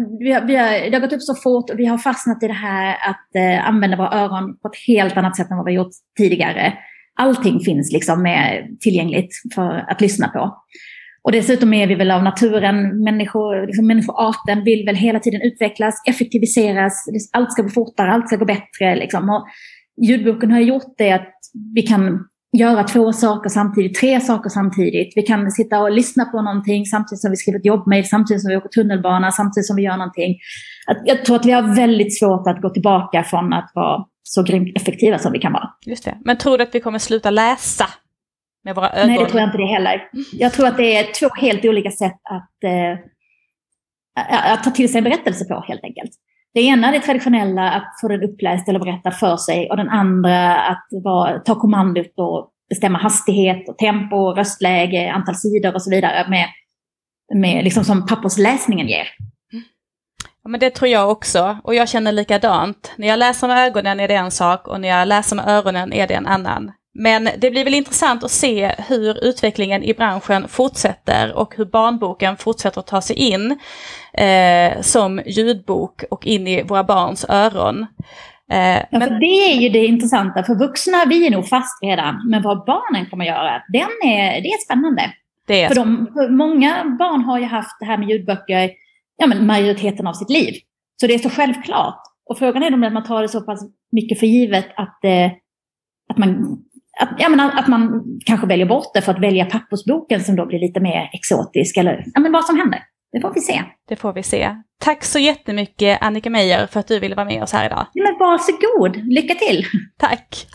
det har gått upp så fort, och vi har fastnat i det här att använda våra öron på ett helt annat sätt än vad vi har gjort tidigare. Allting finns liksom tillgängligt för att lyssna på. Och dessutom är vi väl av naturen, människoarten vill väl hela tiden utvecklas, effektiviseras, allt ska gå fortare, allt ska gå bättre. Liksom. Och ljudboken har gjort det att vi kan göra 2 saker samtidigt, 3 saker samtidigt. Vi kan sitta och lyssna på någonting samtidigt som vi skriver ett jobbmejl, samtidigt som vi åker tunnelbana, samtidigt som vi gör någonting. Jag tror att vi har väldigt svårt att gå tillbaka från att vara så grymt effektiva som vi kan vara. Just det. Men tror du att vi kommer sluta läsa med våra ögon? Nej, det tror jag inte det heller. Jag tror att det är 2 helt olika sätt att ta till sig en berättelse på, helt enkelt. Det ena är det traditionella, att få den uppläst eller berättad för sig, och den andra att ta kommandot och bestämma hastighet och tempo, röstläge, antal sidor och så vidare med liksom som pappersläsningen ger. Ja, men det tror jag också, och jag känner likadant. När jag läser med ögonen är det en sak, och när jag läser med öronen är det en annan. Men det blir väl intressant att se hur utvecklingen i branschen fortsätter, och hur barnboken fortsätter att ta sig in som ljudbok och in i våra barns öron. Men det är ju det intressanta. För vuxna, vi är nog fast redan. Men vad barnen kommer göra, det är spännande. För många barn har ju haft det här med ljudböcker majoriteten av sitt liv. Så det är så självklart. Och frågan är om att man tar det så pass mycket för givet att man kanske väljer bort det för att välja pappersboken som då blir lite mer exotisk. Eller vad som händer. Det får vi se. Det får vi se. Tack så jättemycket, Annika Meijer, för att du ville vara med oss här idag. Ja, men varsågod. Lycka till. Tack.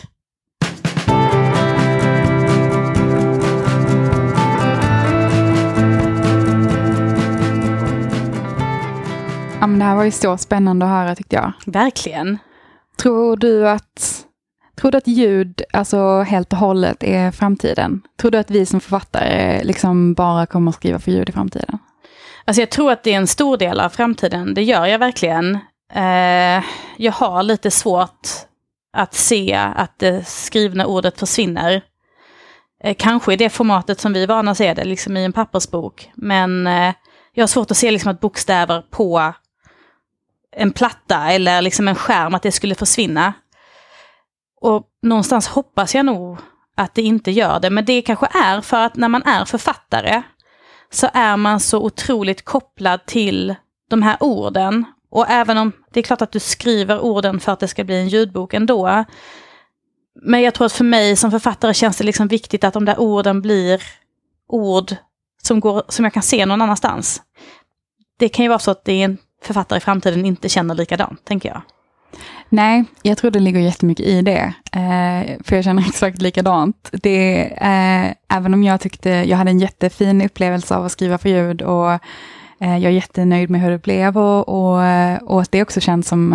Ja, men det här var ju så spännande att höra, tyckte jag. Verkligen. Tror du att ljud, alltså helt och hållet, är framtiden? Tror du att vi som författare liksom bara kommer att skriva för ljud i framtiden? Alltså jag tror att det är en stor del av framtiden. Det gör jag verkligen. jag har lite svårt att se att det skrivna ordet försvinner. Kanske i det formatet som vi är vana att se det, liksom i en pappersbok. Men jag har svårt att se liksom att bokstäver på en platta eller liksom en skärm, att det skulle försvinna. Och någonstans hoppas jag nog att det inte gör det. Men det kanske är för att när man är författare så är man så otroligt kopplad till de här orden. Och även om det är klart att du skriver orden för att det ska bli en ljudbok ändå. Men jag tror att för mig som författare känns det liksom viktigt att de där orden blir ord som jag kan se någon annanstans. Det kan ju vara så att det är en författare i framtiden inte känner likadant, tänker jag. Nej, jag tror det ligger jättemycket i det. För jag känner exakt likadant. Även om jag hade en jättefin upplevelse av att skriva för ljud och jag är jättenöjd med hur det blev och att det också känns som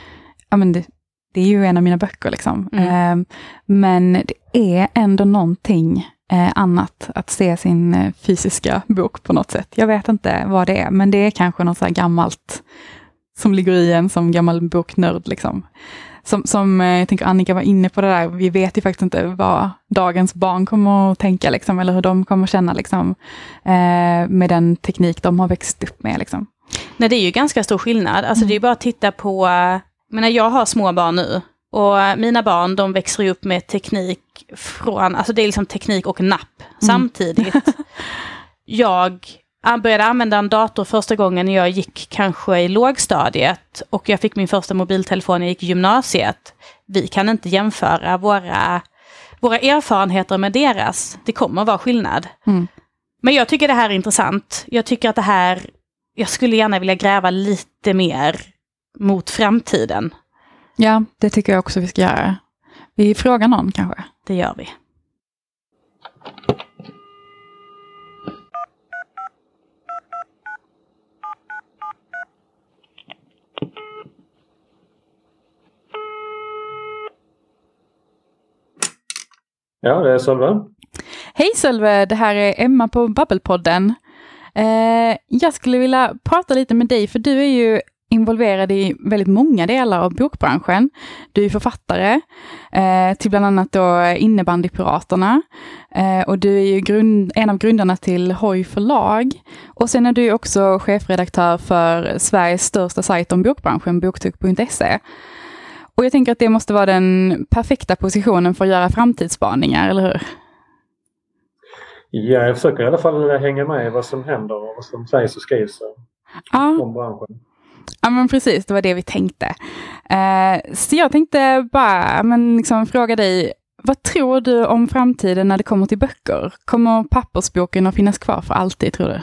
det är ju en av mina böcker liksom. Men det är ändå någonting annat att se sin fysiska bok på något sätt. Jag vet inte vad det är, men det är kanske något så här gammalt som ligger i en som gammal boknörd liksom. Som jag tänker Annika var inne på det där. Vi vet ju faktiskt inte vad dagens barn kommer att tänka liksom, eller hur de kommer att känna liksom, med den teknik de har växt upp med liksom. Nej, det är ju ganska stor skillnad. Alltså det är ju bara att titta på, jag har små barn nu och mina barn, de växer ju upp med teknik alltså det är liksom teknik och napp samtidigt. Jag började använda en dator första gången när jag gick kanske i lågstadiet och jag fick min första mobiltelefon när jag gick i gymnasiet. Vi kan inte jämföra våra erfarenheter med deras. Det kommer att vara skillnad. Men jag tycker det här är intressant. Jag tycker att jag skulle gärna vilja gräva lite mer mot framtiden. Ja, det tycker jag också vi ska göra. Vi frågar någon kanske. Det gör vi. Ja, det är Sölve. Hej Sölve, det här är Emma på Babbelpodden. Jag skulle vilja prata lite med dig, för du är ju involverad i väldigt många delar av bokbranschen. Du är författare till bland annat då Innebandypiraterna. Och du är ju en av grundarna till Hoj förlag. Och sen är du också chefredaktör för Sveriges största sajt om bokbranschen, boktugg.se. Och jag tänker att det måste vara den perfekta positionen för att göra framtidsspaningar, eller hur? Ja, jag försöker i alla fall hänga med i vad som händer och vad som sägs och skrivs om branschen. Ja, men precis, det var det vi tänkte. Så jag tänkte bara liksom fråga dig, vad tror du om framtiden när det kommer till böcker? Kommer pappersboken att finnas kvar för alltid, tror du?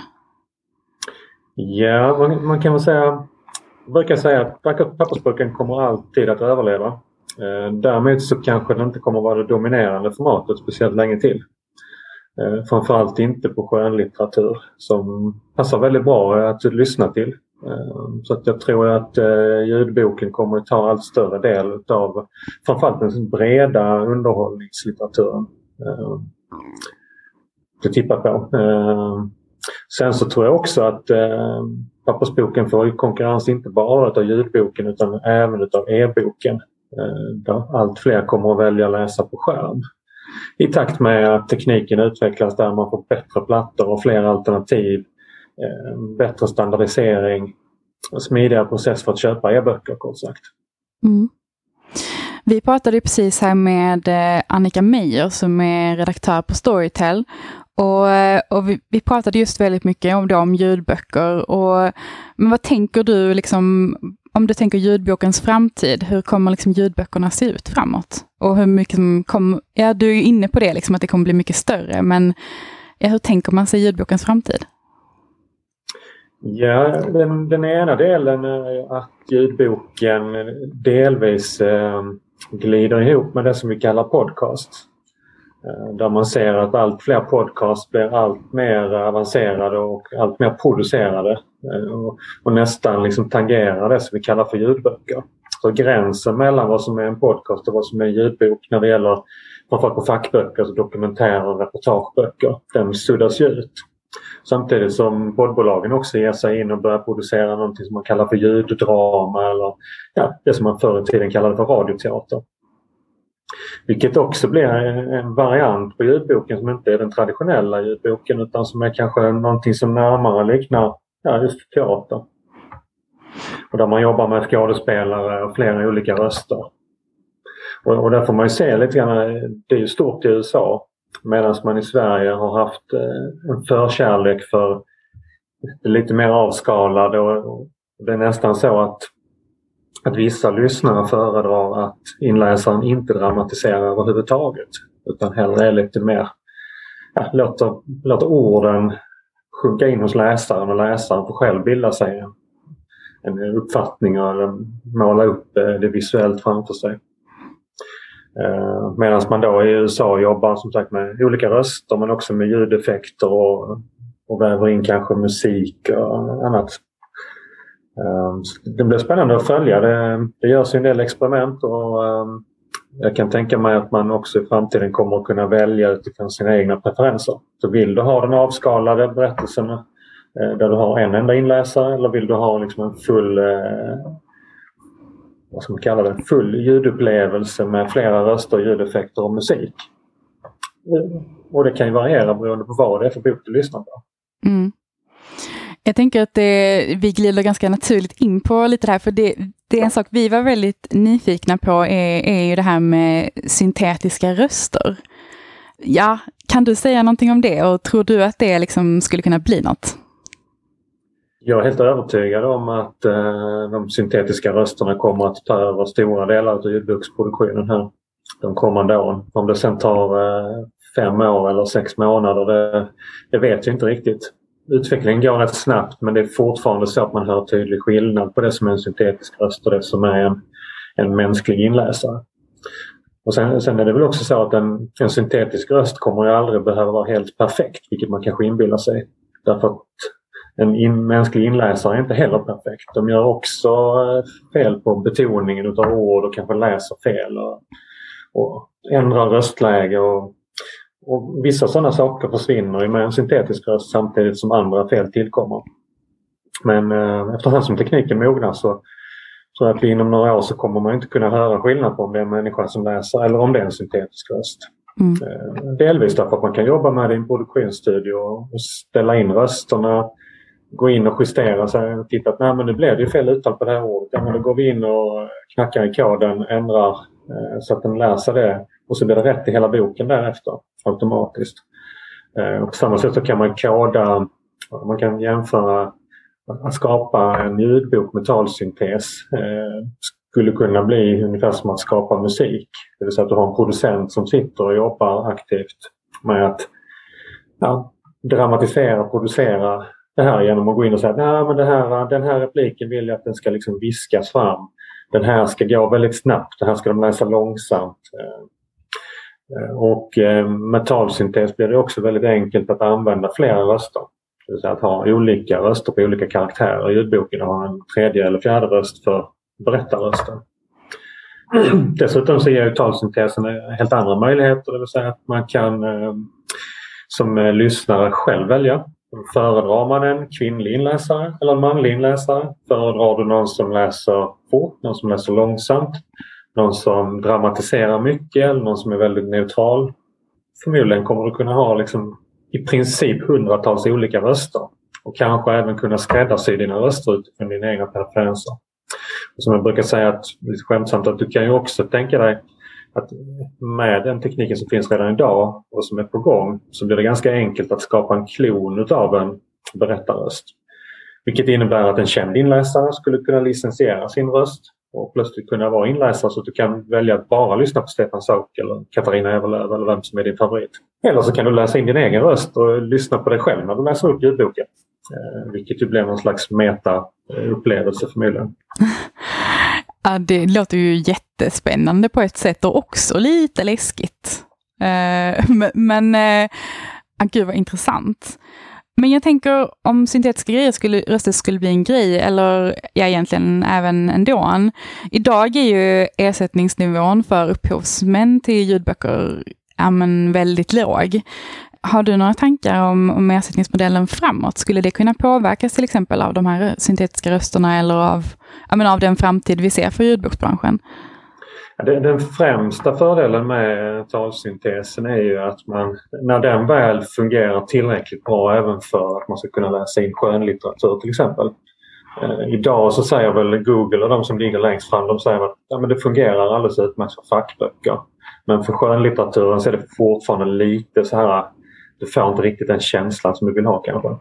Ja, man kan väl säga... Jag brukar säga att pappersboken kommer alltid att överleva. Därmed så kanske den inte kommer att vara det dominerande formatet speciellt länge till. Framförallt inte på skönlitteratur som passar väldigt bra att lyssna till. Så att jag tror att ljudboken kommer att ta allt större del av framförallt den breda underhållningslitteraturen. Det tippar på. Sen så tror jag också att pappersboken får konkurrens inte bara av ljudboken utan även av e-boken. Där allt fler kommer att välja att läsa på skärm. I takt med att tekniken utvecklas där man får bättre plattor och fler alternativ, bättre standardisering och smidigare process för att köpa e-böcker kort sagt. Vi pratade ju precis här med Annika Meijer som är redaktör på Storytel. Och vi pratade just väldigt mycket om ljudböcker. Men vad tänker du liksom, om du tänker ljudbokens framtid, hur kommer liksom ljudböckerna se ut framåt? Och hur mycket som kommer, du är ju inne på det liksom, att det kommer bli mycket större, men hur tänker man sig ljudbokens framtid? Ja, den ena delen är att ljudboken delvis glider ihop med det som vi kallar podcast. Där man ser att allt fler podcasts blir allt mer avancerade och allt mer producerade och nästan liksom tangerar det som vi kallar för ljudböcker. Så gränsen mellan vad som är en podcast och vad som är en ljudbok när det gäller framförallt på fackböcker, så dokumentärer och reportageböcker, den suddas ju ut. Samtidigt som poddbolagen också ger sig in och börjar producera någonting som man kallar för ljuddrama eller det som man förr i tiden kallade för radioteater. Vilket också blir en variant på ljudboken som inte är den traditionella ljudboken utan som är kanske någonting som närmare liknar just teater. Och där man jobbar med skådespelare och flera olika röster. Och där får man ju se lite grann, det är ju stort i USA. Medan man i Sverige har haft en förkärlek för lite mer avskalad och det är nästan så att vissa lyssnare föredrar att inläsaren inte dramatiserar överhuvudtaget utan hellre är lite mer låter orden sjunka in hos läsaren och läsaren får själv bilda sig en uppfattning eller måla upp det visuellt framför sig. Medan man då i USA jobbar som sagt med olika röster men också med ljudeffekter och väver in kanske musik och annat. Det blir spännande att följa. Det görs en del experiment och jag kan tänka mig att man också i framtiden kommer att kunna välja utifrån sina egna preferenser. Så vill du ha den avskalade berättelsen där du har en enda inläsare eller vill du ha liksom en full vad ska man kalla det, full ljudupplevelse med flera röster, ljudeffekter och musik. Och det kan ju variera beroende på vad det är för bok du lyssnar på. Mm. Jag tänker att vi glider ganska naturligt in på lite det här, för det är en sak vi var väldigt nyfikna på är ju det här med syntetiska röster. Ja, kan du säga någonting om det och tror du att det liksom skulle kunna bli något? Jag är helt övertygad om att de syntetiska rösterna kommer att ta över stora delar av ljudboksproduktionen här de kommande åren. Om det sen tar 5 år eller 6 månader, det vet jag inte riktigt. Utvecklingen går rätt snabbt men det är fortfarande så att man hör tydlig skillnad på det som är en syntetisk röst och det som är en mänsklig inläsare. Och sen är det väl också så att en syntetisk röst kommer ju aldrig behöva vara helt perfekt, vilket man kanske inbillar sig. Därför att en mänsklig inläsare är inte heller perfekt. De gör också fel på betoningen utav ord och kanske läser fel och ändrar röstläge och vissa sådana saker försvinner med en syntetisk röst samtidigt som andra fel tillkommer. Men efterhand som tekniken mognar så att vi inom några år så kommer man inte kunna höra skillnad på om det är en människa som läser eller om det är en syntetisk röst. Delvis därför att man kan jobba med det i en produktionsstudio och ställa in rösterna, gå in och justera sig och titta att nej, men nu blev det ju fel uttal på det här ordet. Ja, men då går vi in och knackar i koden, ändrar så att den läser det och så blir det rätt i hela boken därefter automatiskt. Och på samma sätt så kan man koda, man kan jämföra att skapa en ljudbok med talsyntes skulle kunna bli ungefär som att skapa musik. Det vill säga att du har en producent som sitter och jobbar aktivt med att dramatisera, producera det här genom att gå in och säga att den här repliken vill jag att den ska liksom viskas fram. Den här ska gå väldigt snabbt, den här ska de läsa långsamt. Och med talsyntes blir det också väldigt enkelt att använda flera röster. Det vill säga att ha olika röster på olika karaktärer i ljudboken och ha en 3:e eller 4:e röst för berättarrösten. Dessutom så ger ju talsyntesen helt andra möjligheter. Det vill säga att man kan som lyssnare själv välja. Föredrar man en kvinnlig inläsare eller en manlig inläsare? Föredrar du någon som läser fort, någon som läser långsamt? Någon som dramatiserar mycket eller någon som är väldigt neutral? Förmodligen kommer du kunna ha liksom i princip 100-tals olika röster. Och kanske även kunna skräddarsy dina röster utifrån dina egna preferenser. Och som jag brukar säga lite skämtsamt att du kan ju också tänka dig att med den tekniken som finns redan idag och som är på gång så blir det ganska enkelt att skapa en klon utav en berättarröst. Vilket innebär att en känd inläsare skulle kunna licensiera sin röst och plötsligt kunna vara inläsare så att du kan välja att bara lyssna på Stefan Sauk eller Katarina Ewerlöf eller vem som är din favorit. Eller så kan du läsa in din egen röst och lyssna på dig själv när du läser upp ljudboken. Vilket ju blir någon slags meta-upplevelse förmodligen. Ja, det låter ju jättespännande på ett sätt och också lite läskigt. Men gud vad intressant. Men jag tänker om syntetiska röster skulle bli en grej eller egentligen även ändå. Idag är ju ersättningsnivån för upphovsmän till ljudböcker väldigt låg. Har du några tankar om ersättningsmodellen framåt? Skulle det kunna påverkas till exempel av de här syntetiska rösterna eller av den framtid vi ser för ljudboksbranschen? Den främsta fördelen med talsyntesen är ju att när den väl fungerar tillräckligt bra även för att man ska kunna läsa in skönlitteratur till exempel. Idag så säger väl Google och de som ligger längst fram, de säger att det fungerar alldeles utmärkt för fackböcker. Men för skönlitteraturen så är det fortfarande lite så här, du får inte riktigt den känslan som du vill ha kanske.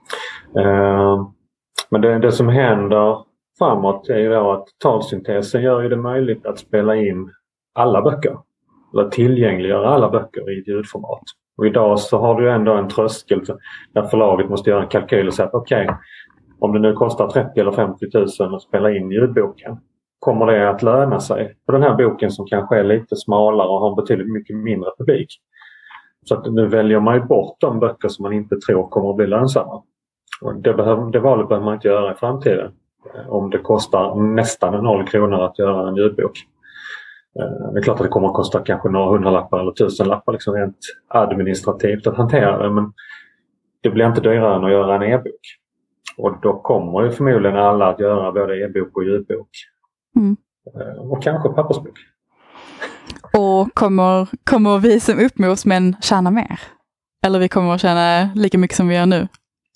Men det som händer framåt är ju då att talsyntesen gör ju det möjligt att spela in alla böcker. Eller tillgängliggöra alla böcker i ett ljudformat. Och idag så har du ändå en tröskel där förlaget måste göra en kalkyl och säga att okej, om det nu kostar 30 eller 50 000 att spela in ljudboken, kommer det att löna sig på den här boken som kanske är lite smalare och har betydligt mycket mindre publik? Så att nu väljer man ju bort de böcker som man inte tror kommer att bli lönsamma. Och det valet behöver man inte göra i framtiden. Om det kostar nästan 0 kronor att göra en ljudbok. Det är klart att det kommer att kosta kanske några 100-lappar eller 1000-lappar liksom rent administrativt att hantera det. Men det blir inte dyrare än att göra en e-bok. Och då kommer ju förmodligen alla att göra både e-bok och ljudbok. Och kanske pappersbok. Och kommer vi som upphovsmän tjäna mer? Eller vi kommer att tjäna lika mycket som vi gör nu?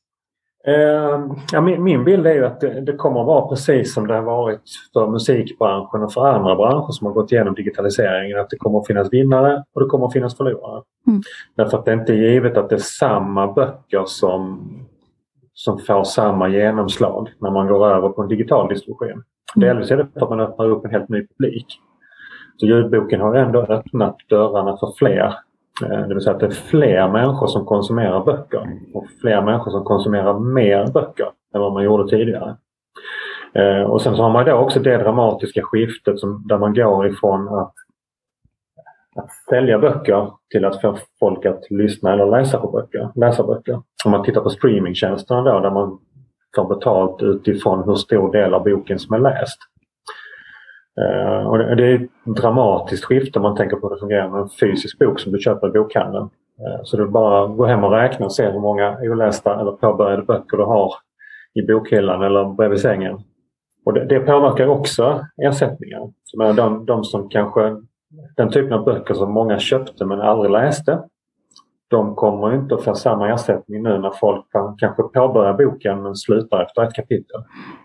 Min bild är ju att det kommer att vara precis som det har varit för musikbranschen och för andra branscher som har gått igenom digitaliseringen. Att det kommer att finnas vinnare och det kommer att finnas förlorare. Därför att det inte är givet att det är samma böcker som får samma genomslag när man går över på en digital distribution. Delvis är det för att man öppnar upp en helt ny publik. Så ljudboken har ändå öppnat dörrarna för fler. Det vill säga att det är fler människor som konsumerar böcker och fler människor som konsumerar mer böcker än vad man gjorde tidigare. Och sen så har man då också det dramatiska skiftet där man går ifrån att sälja böcker till att få folk att lyssna eller läsa böcker. Om man tittar på streamingtjänsterna då, där man får betalt utifrån hur stor del av boken som är läst. Och det är ett dramatiskt skifte om man tänker på hur det fungerar med en fysisk bok som du köper i bokhandeln. Så du bara går hem och räknar och ser hur många olästa eller påbörjade böcker du har i bokhyllan eller bredvid sängen. Och det påverkar också ersättningar. De som kanske, den typen av böcker som många köpte men aldrig läste, de kommer inte att få samma ersättning nu när folk kanske påbörjar boken men slutar efter ett kapitel.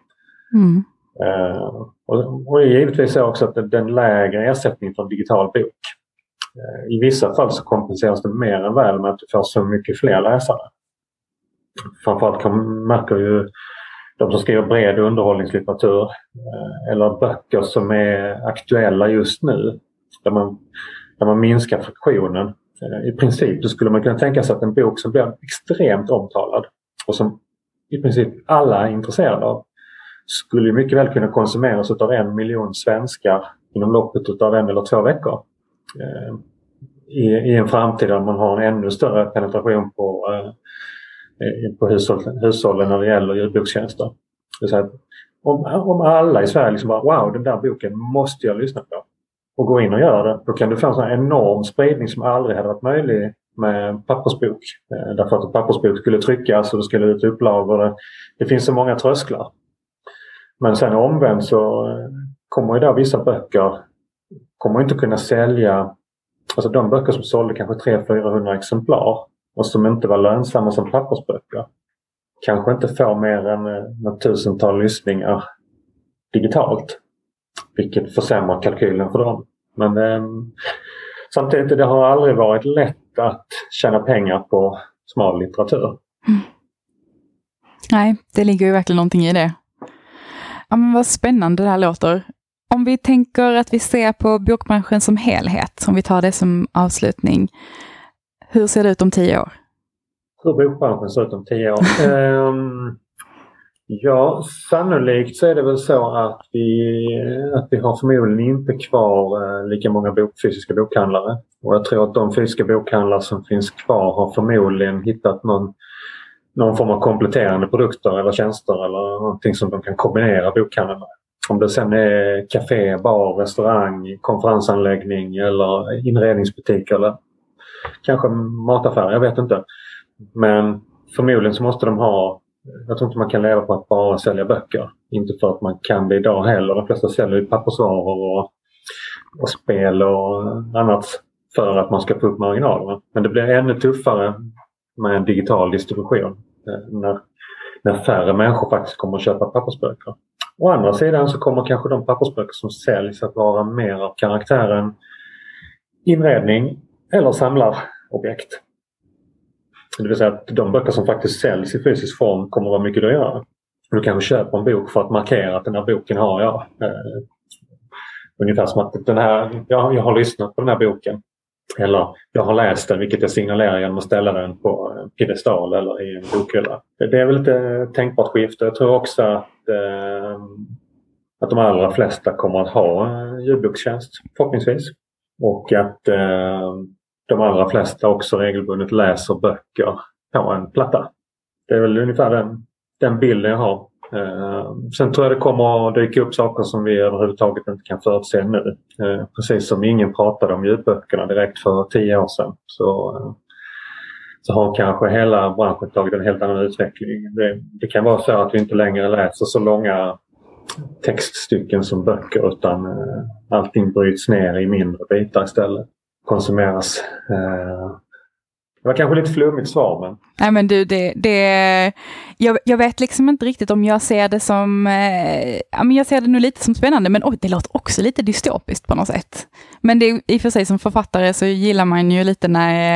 Och givetvis är också att den lägre ersättningen för en digital bok. I vissa fall så kompenseras det mer än väl med att du får så mycket fler läsare. Framförallt märker ju de som skriver bred underhållningslitteratur eller böcker som är aktuella just nu, där man minskar friktionen. I princip så skulle man kunna tänka sig att en bok som blir extremt omtalad och som i princip alla är intresserade av skulle mycket väl kunna konsumeras av 1 miljon svenskar inom loppet av 1 eller 2 veckor. I en framtid där man har en ännu större penetration på hushållen när det gäller ljudbokstjänster. Det vill säga, om alla i Sverige liksom bara, wow, den där boken måste jag lyssna på och gå in och göra det, då kan du få en sån här enorm spridning som aldrig hade varit möjlig med pappersbok. Därför att pappersbok skulle tryckas och det skulle ut upplagor. Det finns så många trösklar. Men sen omvänt så kommer ju där vissa böcker kommer inte kunna sälja, alltså de böcker som sålde kanske 300-400 exemplar och som inte var lönsamma som pappersböcker kanske inte får mer än något 1000-tal lyssningar digitalt, vilket försämrar kalkylen för dem. Men samtidigt, det har aldrig varit lätt att tjäna pengar på smal litteratur. Nej, det ligger ju verkligen någonting i det. Ja, men vad spännande det här låter. Om vi tänker att vi ser på bokbranschen som helhet, om vi tar det som avslutning, hur ser det ut om 10 år? Hur bokbranschen ser ut om 10 år? Ja, sannolikt så är det väl så att vi har förmodligen inte kvar lika många fysiska bokhandlare. Och jag tror att de fysiska bokhandlare som finns kvar har förmodligen hittat någon form av kompletterande produkter eller tjänster eller någonting som de kan kombinera bokhandeln med. Om det sen är café, bar, restaurang, konferensanläggning eller inredningsbutik eller kanske mataffär, jag vet inte. Men förmodligen så måste de ha, jag tror inte man kan leva på att bara sälja böcker. Inte för att man kan det idag heller. De flesta säljer pappersvaror och spel och annat för att man ska få upp marginalerna. Men det blir ännu tuffare med en digital distribution när färre människor faktiskt kommer att köpa pappersböcker. Å andra sidan så kommer kanske de pappersböcker som säljs att vara mer av karaktären inredning eller samlarobjekt. Det vill säga att de böcker som faktiskt säljs i fysisk form kommer att vara mycket dyrare. Du kanske köper en bok för att markera att den här boken har jag. Ungefär som att jag har lyssnat på den här boken. Eller jag har läst den, vilket jag signalerar genom att ställa den på en piedestal eller i en bokhylla. Det är väl ett tänkbart skifte. Jag tror också att de allra flesta kommer att ha en ljudbokstjänst, förhoppningsvis. Och att de allra flesta också regelbundet läser böcker på en platta. Det är väl ungefär den bilden jag har. Sen tror jag det kommer att dyka upp saker som vi överhuvudtaget inte kan förutse nu. Precis som ingen pratade om ljudböckerna direkt för 10 år sedan. Så har kanske hela branschen tagit en helt annan utveckling. Det kan vara så att vi inte längre läser så långa textstycken som böcker, utan allting bryts ner i mindre bitar istället. Konsumeras. Det var kanske lite flummigt svar, men... Nej, men du, jag vet liksom inte riktigt om jag ser det som... men jag ser det nu lite som spännande, men det låter också lite dystopiskt på något sätt. Men det, i och för sig som författare så gillar man ju lite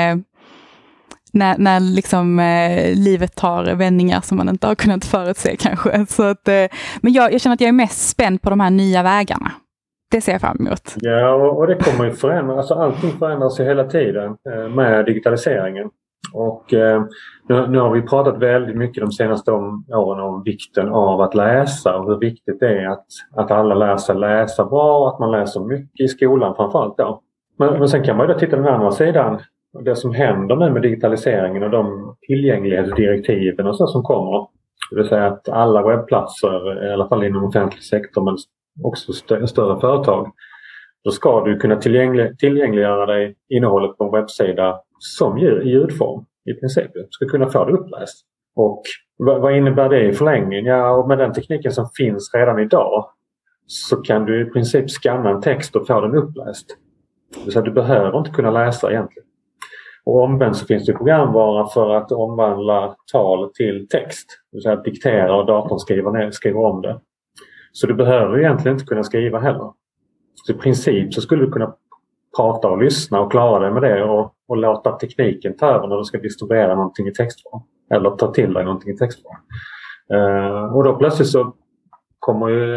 när liksom livet tar vändningar som man inte har kunnat förutse kanske. Så att, men jag känner att jag är mest spänd på de här nya vägarna. Det ser jag fram emot. Ja, och det kommer ju förändras. Alltså allting förändras ju hela tiden med digitaliseringen. Och nu har vi pratat väldigt mycket de senaste åren om vikten av att läsa och hur viktigt det är att alla lär sig läsa bra och att man läser mycket i skolan framförallt då. Men sen kan man ju då titta på den andra sidan. Det som händer nu med digitaliseringen och de tillgänglighetsdirektiven och så som kommer. Det vill säga att alla webbplatser, i alla fall inom offentlig sektor men också större företag, då ska du kunna tillgängliggöra dig innehållet på en webbsida som ljudform i princip. Du ska kunna få det uppläst. Och vad innebär det i förlängningen? Ja, och med den tekniken som finns redan idag så kan du i princip skanna en text och få den uppläst. Så du behöver inte kunna läsa egentligen. Och omvänt så finns det programvara för att omvandla tal till text. Det vill säga att diktera och datorn skriver om det. Så du behöver egentligen inte kunna skriva heller. Så i princip så skulle du kunna prata och lyssna och klara dig med det och låta tekniken ta över när du ska distribuera någonting i textform. Eller ta till dig någonting i textform. Och då plötsligt så kommer ju...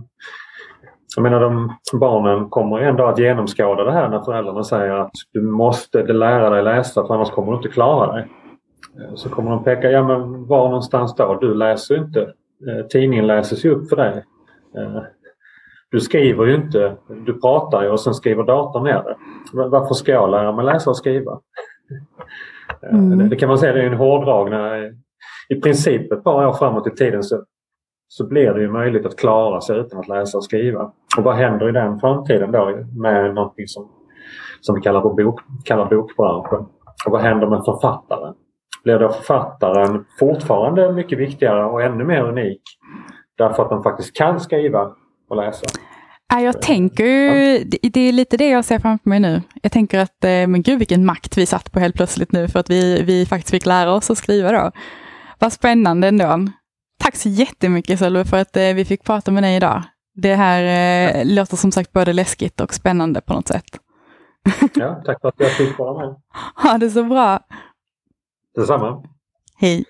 Jag menar, barnen kommer ändå att genomskåda det här när föräldrarna säger att du måste lära dig läsa för annars kommer du inte klara dig. Så kommer de peka, ja men var någonstans då? Du läser ju inte. Tidningen läses ju upp för dig. Du skriver ju inte. Du pratar ju och sen skriver datorn ner det. Varför ska jag lära mig läsa och skriva? Det kan man säga, det är en hårdrag när i princip ett par år framåt i tiden så blir det ju möjligt att klara sig utan att läsa och skriva. Och vad händer i den framtiden då med någonting som vi kallar bokbranschen? Och vad händer med författaren? Blir då författaren fortfarande mycket viktigare och ännu mer unik därför att de faktiskt kan skriva och läsa? Jag tänker det är lite det jag ser framför mig nu. Jag tänker att, men gud vilken makt vi satt på helt plötsligt nu för att vi faktiskt fick lära oss att skriva då. Vad spännande ändå. Tack så jättemycket Sölve för att vi fick prata med dig idag. Det här låter som sagt både läskigt och spännande på något sätt. Ja, tack för att jag fick vara med. Ha det så bra. Detsamma. Hej.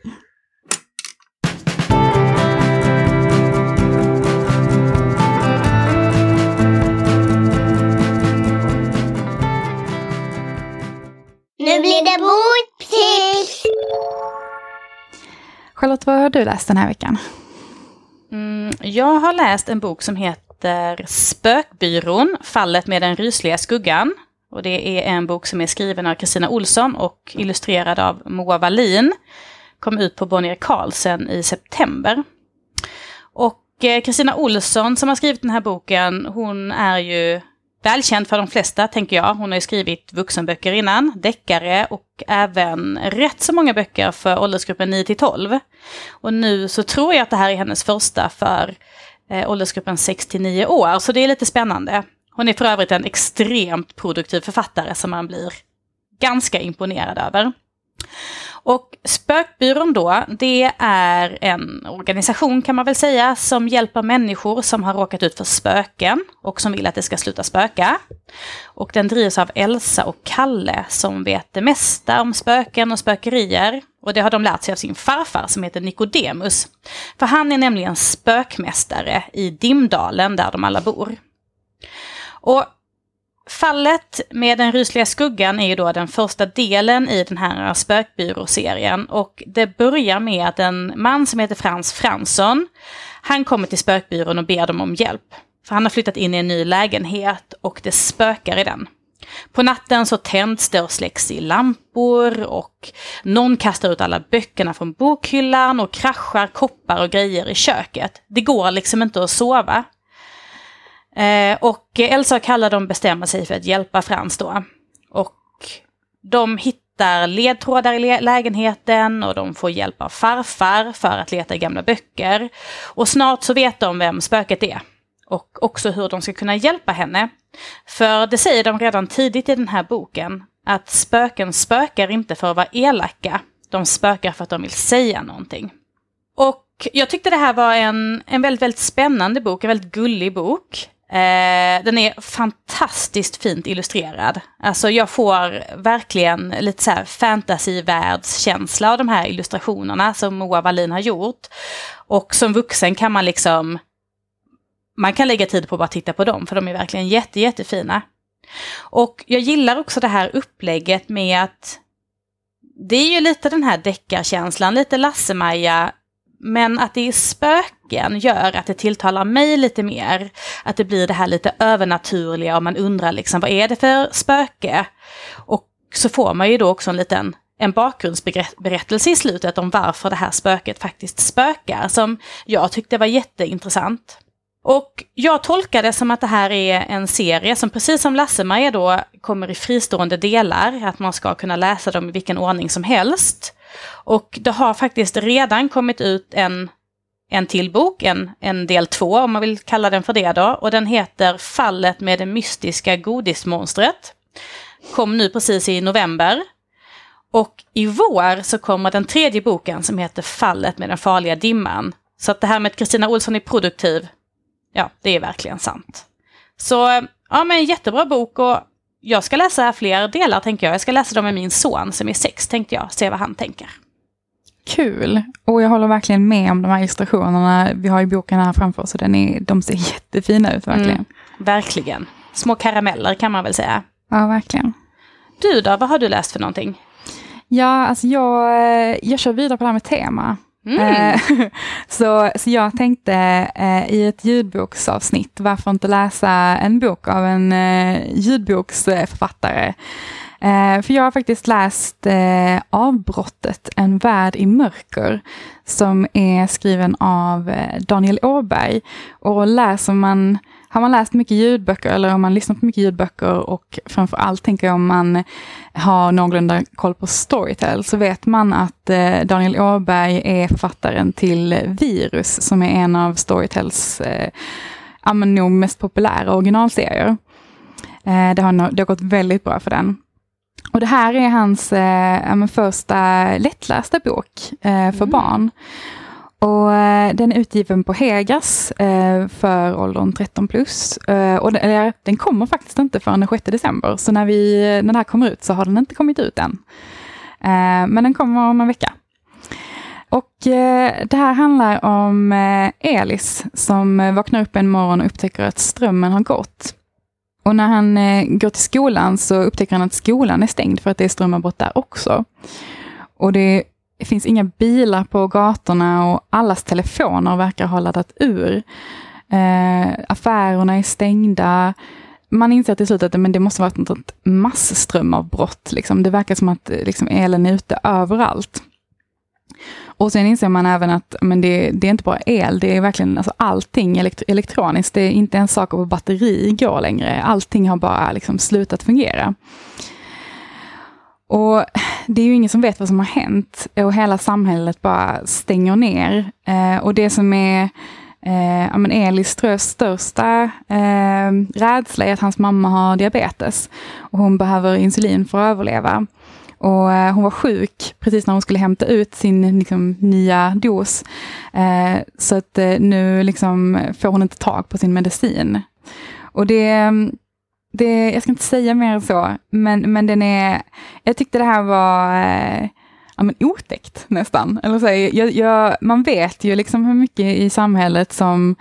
Nu blir det boktips! Charlotte, vad har du läst den här veckan? Jag har läst en bok som heter Spökbyrån, fallet med den rysliga skuggan. Och det är en bok som är skriven av Kristina Olsson och illustrerad av Moa Wallin. Kom ut på Bonnier Carlsen i september. Och Kristina Olsson som har skrivit den här boken, hon är ju välkänd för de flesta, tänker jag. Hon har ju skrivit vuxenböcker innan, deckare och även rätt så många böcker för åldersgruppen 9-12. Och nu så tror jag att det här är hennes första för åldersgruppen 6-9 år, så det är lite spännande. Hon är för övrigt en extremt produktiv författare som man blir ganska imponerad över. Och Spökbyrån då, det är en organisation kan man väl säga som hjälper människor som har råkat ut för spöken och som vill att det ska sluta spöka. Och den drivs av Elsa och Kalle som vet det mesta om spöken och spökerier. Och det har de lärt sig av sin farfar som heter Nikodemus. För han är nämligen spökmästare i Dimdalen där de alla bor. Och Fallet med den rysliga skuggan är ju då den första delen i den här spökbyråserien, och det börjar med att en man som heter Frans Fransson, han kommer till spökbyrån och ber dem om hjälp. För han har flyttat in i en ny lägenhet och det spökar i den. På natten så tänds det och släcks i lampor och någon kastar ut alla böckerna från bokhyllan och kraschar koppar och grejer i köket. Det går liksom inte att sova. Och Elsa och Kalle de bestämmer sig för att hjälpa Frans då. Och de hittar ledtrådar i lägenheten och de får hjälp av farfar för att leta i gamla böcker. Och snart så vet de vem spöket är. Och också hur de ska kunna hjälpa henne. För det säger de redan tidigt i den här boken. Att spöken spökar inte för att vara elaka. De spökar för att de vill säga någonting. Och jag tyckte det här var en väldigt, väldigt spännande bok. En väldigt gullig bok. Den är fantastiskt fint illustrerad. Alltså jag får verkligen lite så här fantasyvärldskänsla av de här illustrationerna som Moa Wallin har gjort. Och som vuxen kan man kan lägga tid på att bara titta på dem, för de är verkligen jättefina. Och jag gillar också det här upplägget med att det är ju lite den här deckarkänslan, lite Lasse-Maja, men att det är spöken gör att det tilltalar mig lite mer. Att det blir det här lite övernaturliga och man undrar liksom, vad är det för spöke? Och så får man ju då också en bakgrundsberättelse i slutet om varför det här spöket faktiskt spökar, som jag tyckte var jätteintressant. Och jag tolkar det som att det här är en serie som precis som Lasse-Maja då kommer i fristående delar, att man ska kunna läsa dem i vilken ordning som helst. Och det har faktiskt redan kommit ut en till bok, en del 2 om man vill kalla den för det då. Och den heter Fallet med det mystiska godismonstret. Kom nu precis i november. Och i vår så kommer den 3:e boken som heter Fallet med den farliga dimman. Så att det här med att Kristina Olsson är produktiv, ja, det är verkligen sant. Så ja, men en jättebra bok, och jag ska läsa fler delar tänker jag. Jag ska läsa dem med min son som är 6 tänkte jag, se vad han tänker. Kul, och jag håller verkligen med om de här illustrationerna. Vi har ju boken här framför oss och de ser jättefina ut verkligen. Verkligen, små karameller kan man väl säga. Ja, verkligen. Du då, vad har du läst för någonting? Ja, alltså jag kör vidare på det här med tema. Så jag tänkte i ett ljudboksavsnitt, varför inte läsa en bok av en ljudboksförfattare. För jag har faktiskt läst Avbrottet, en värld i mörker, som är skriven av Daniel Åberg. Och har man läst mycket ljudböcker eller om man lyssnar på mycket ljudböcker, och framförallt tänker jag om man har någorlunda koll på Storytel, så vet man att Daniel Åberg är författaren till Virus, som är en av Storytels nog mest populära originalserier. Det har gått väldigt bra för den. Och det här är hans första lättlästa bok för barn. Och den är utgiven på Hegas för åldern 13+. Och den kommer faktiskt inte förrän den 6 december. Så när den här kommer ut så har den inte kommit ut än. Men den kommer om en vecka. Och det här handlar om Elis som vaknar upp en morgon och upptäcker att strömmen har gått. Och när han går till skolan så upptäcker han att skolan är stängd för att det är strömavbrott där också. Och det finns inga bilar på gatorna och allas telefoner verkar ha laddat ur. Affärerna är stängda. Man inser till slut att det måste vara något massströmavbrott. Liksom. Det verkar som att elen är ute överallt. Och sen inser man även att men det är inte bara el, det är verkligen alltså allting elektroniskt. Det är inte en sak av batteri går längre. Allting har bara liksom slutat fungera. Och det är ju ingen som vet vad som har hänt. Och hela samhället bara stänger ner. Och det som är Elis största rädsla är att hans mamma har diabetes. Och hon behöver insulin för att överleva. Och hon var sjuk precis när hon skulle hämta ut sin liksom, nya dos. Så att nu liksom, får hon inte tag på sin medicin. Och det, jag ska inte säga mer än så, men den är, jag tyckte det här var otäckt nästan. Eller så, man vet ju liksom hur mycket i samhället som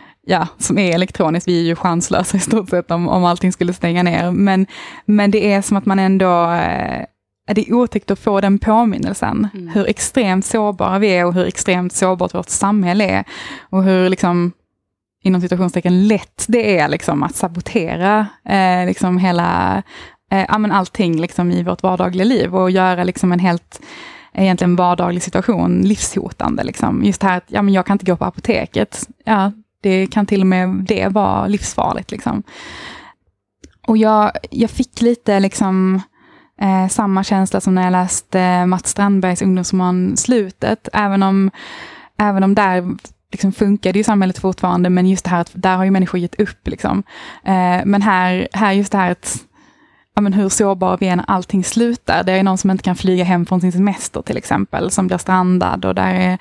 är elektroniskt. Vi är ju chanslösa i stort sett om allting skulle stänga ner. Men det är som att man ändå, det är otäckt att få den påminnelsen. Hur extremt sårbara vi är och hur extremt sårbart vårt samhälle är. Och hur liksom inom situationstecken lätt det är liksom att sabotera liksom hela allting liksom i vårt vardagliga liv och göra liksom en helt egentligen vardaglig situation livshotande liksom. Just här att jag kan inte gå på apoteket. Ja, det kan till och med det vara livsfarligt liksom. Och jag fick lite liksom samma känsla som när jag läste Mats Strandbergs ungdomsroman Slutet, även om där liksom funkade ju samhället fortfarande, men just det här att där har ju människor gett upp liksom. Men här just det här att hur sårbar vi är när allting slutar. Det är någon som inte kan flyga hem från sin semester till exempel, som blir strandad, och där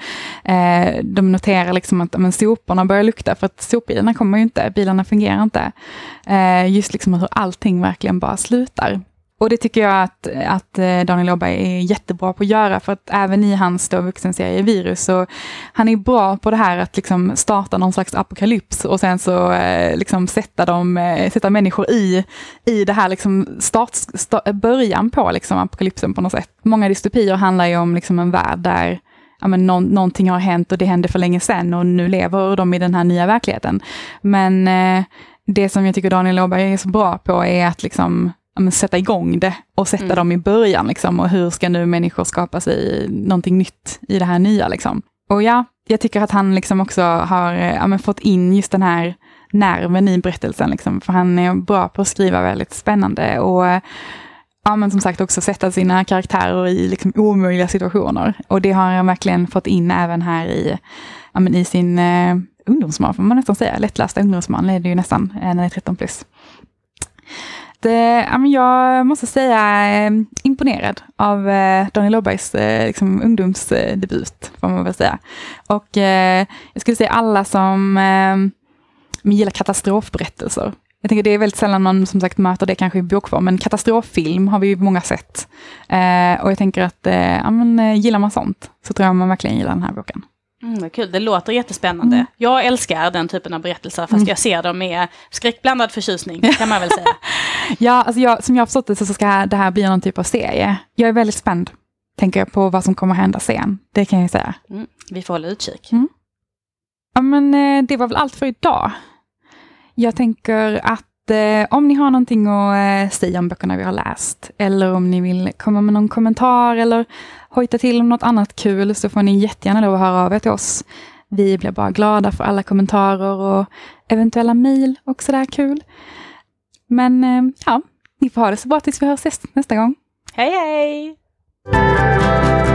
de noterar liksom att soporna börjar lukta för att sopbilarna kommer ju inte, bilarna fungerar inte. Just liksom hur allting verkligen bara slutar. Och det tycker jag att Daniel Åberg är jättebra på att göra, för att även i hans vuxenserie Virus, så han är bra på det här att liksom starta någon slags apokalyps och sen så liksom sätta människor i det här liksom början på liksom apokalypsen på något sätt. Många dystopier handlar ju om liksom en värld där någonting har hänt och det hände för länge sedan och nu lever de i den här nya verkligheten. Men det som jag tycker Daniel Åberg är så bra på är att liksom sätta igång det och sätta dem i början liksom, och hur ska nu människor skapa sig någonting nytt i det här nya liksom. Och jag tycker att han liksom också har fått in just den här nerven i berättelsen liksom, för han är bra på att skriva väldigt spännande och men som sagt också sätta sina karaktärer i liksom omöjliga situationer, och det har han verkligen fått in även här i sin ungdomsroman, får man nästan säga. Lättlästa ungdomsroman är det ju nästan när det är 13+. Jag måste säga imponerad av Daniel Åbergs liksom ungdomsdebut, får man väl säga. Och jag skulle säga alla som gillar katastrofberättelser. Jag tänker det är väldigt sällan man som sagt möter det kanske i bokform, men katastroffilm har vi ju många sett. Och jag tänker att gillar man sånt så tror jag man verkligen gillar den här boken. Vad kul, det låter jättespännande. Jag älskar den typen av berättelser, fast jag ser dem med skräckblandad förtjusning, kan man väl säga. Ja, alltså som jag har förstått det så ska det här bli någon typ av serie. Jag är väldigt spänd, tänker jag, på vad som kommer hända sen. Det kan jag säga. Vi får hålla utkik. Ja, men det var väl allt för idag. Jag tänker att om ni har någonting att säga om böckerna vi har läst, eller om ni vill komma med någon kommentar eller hojta till om något annat kul, så får ni jättegärna lov att höra av er till oss. Vi blir bara glada för alla kommentarer och eventuella mejl och sådär kul. Men ni får ha det så bra tills vi hörs nästa gång. Hej hej!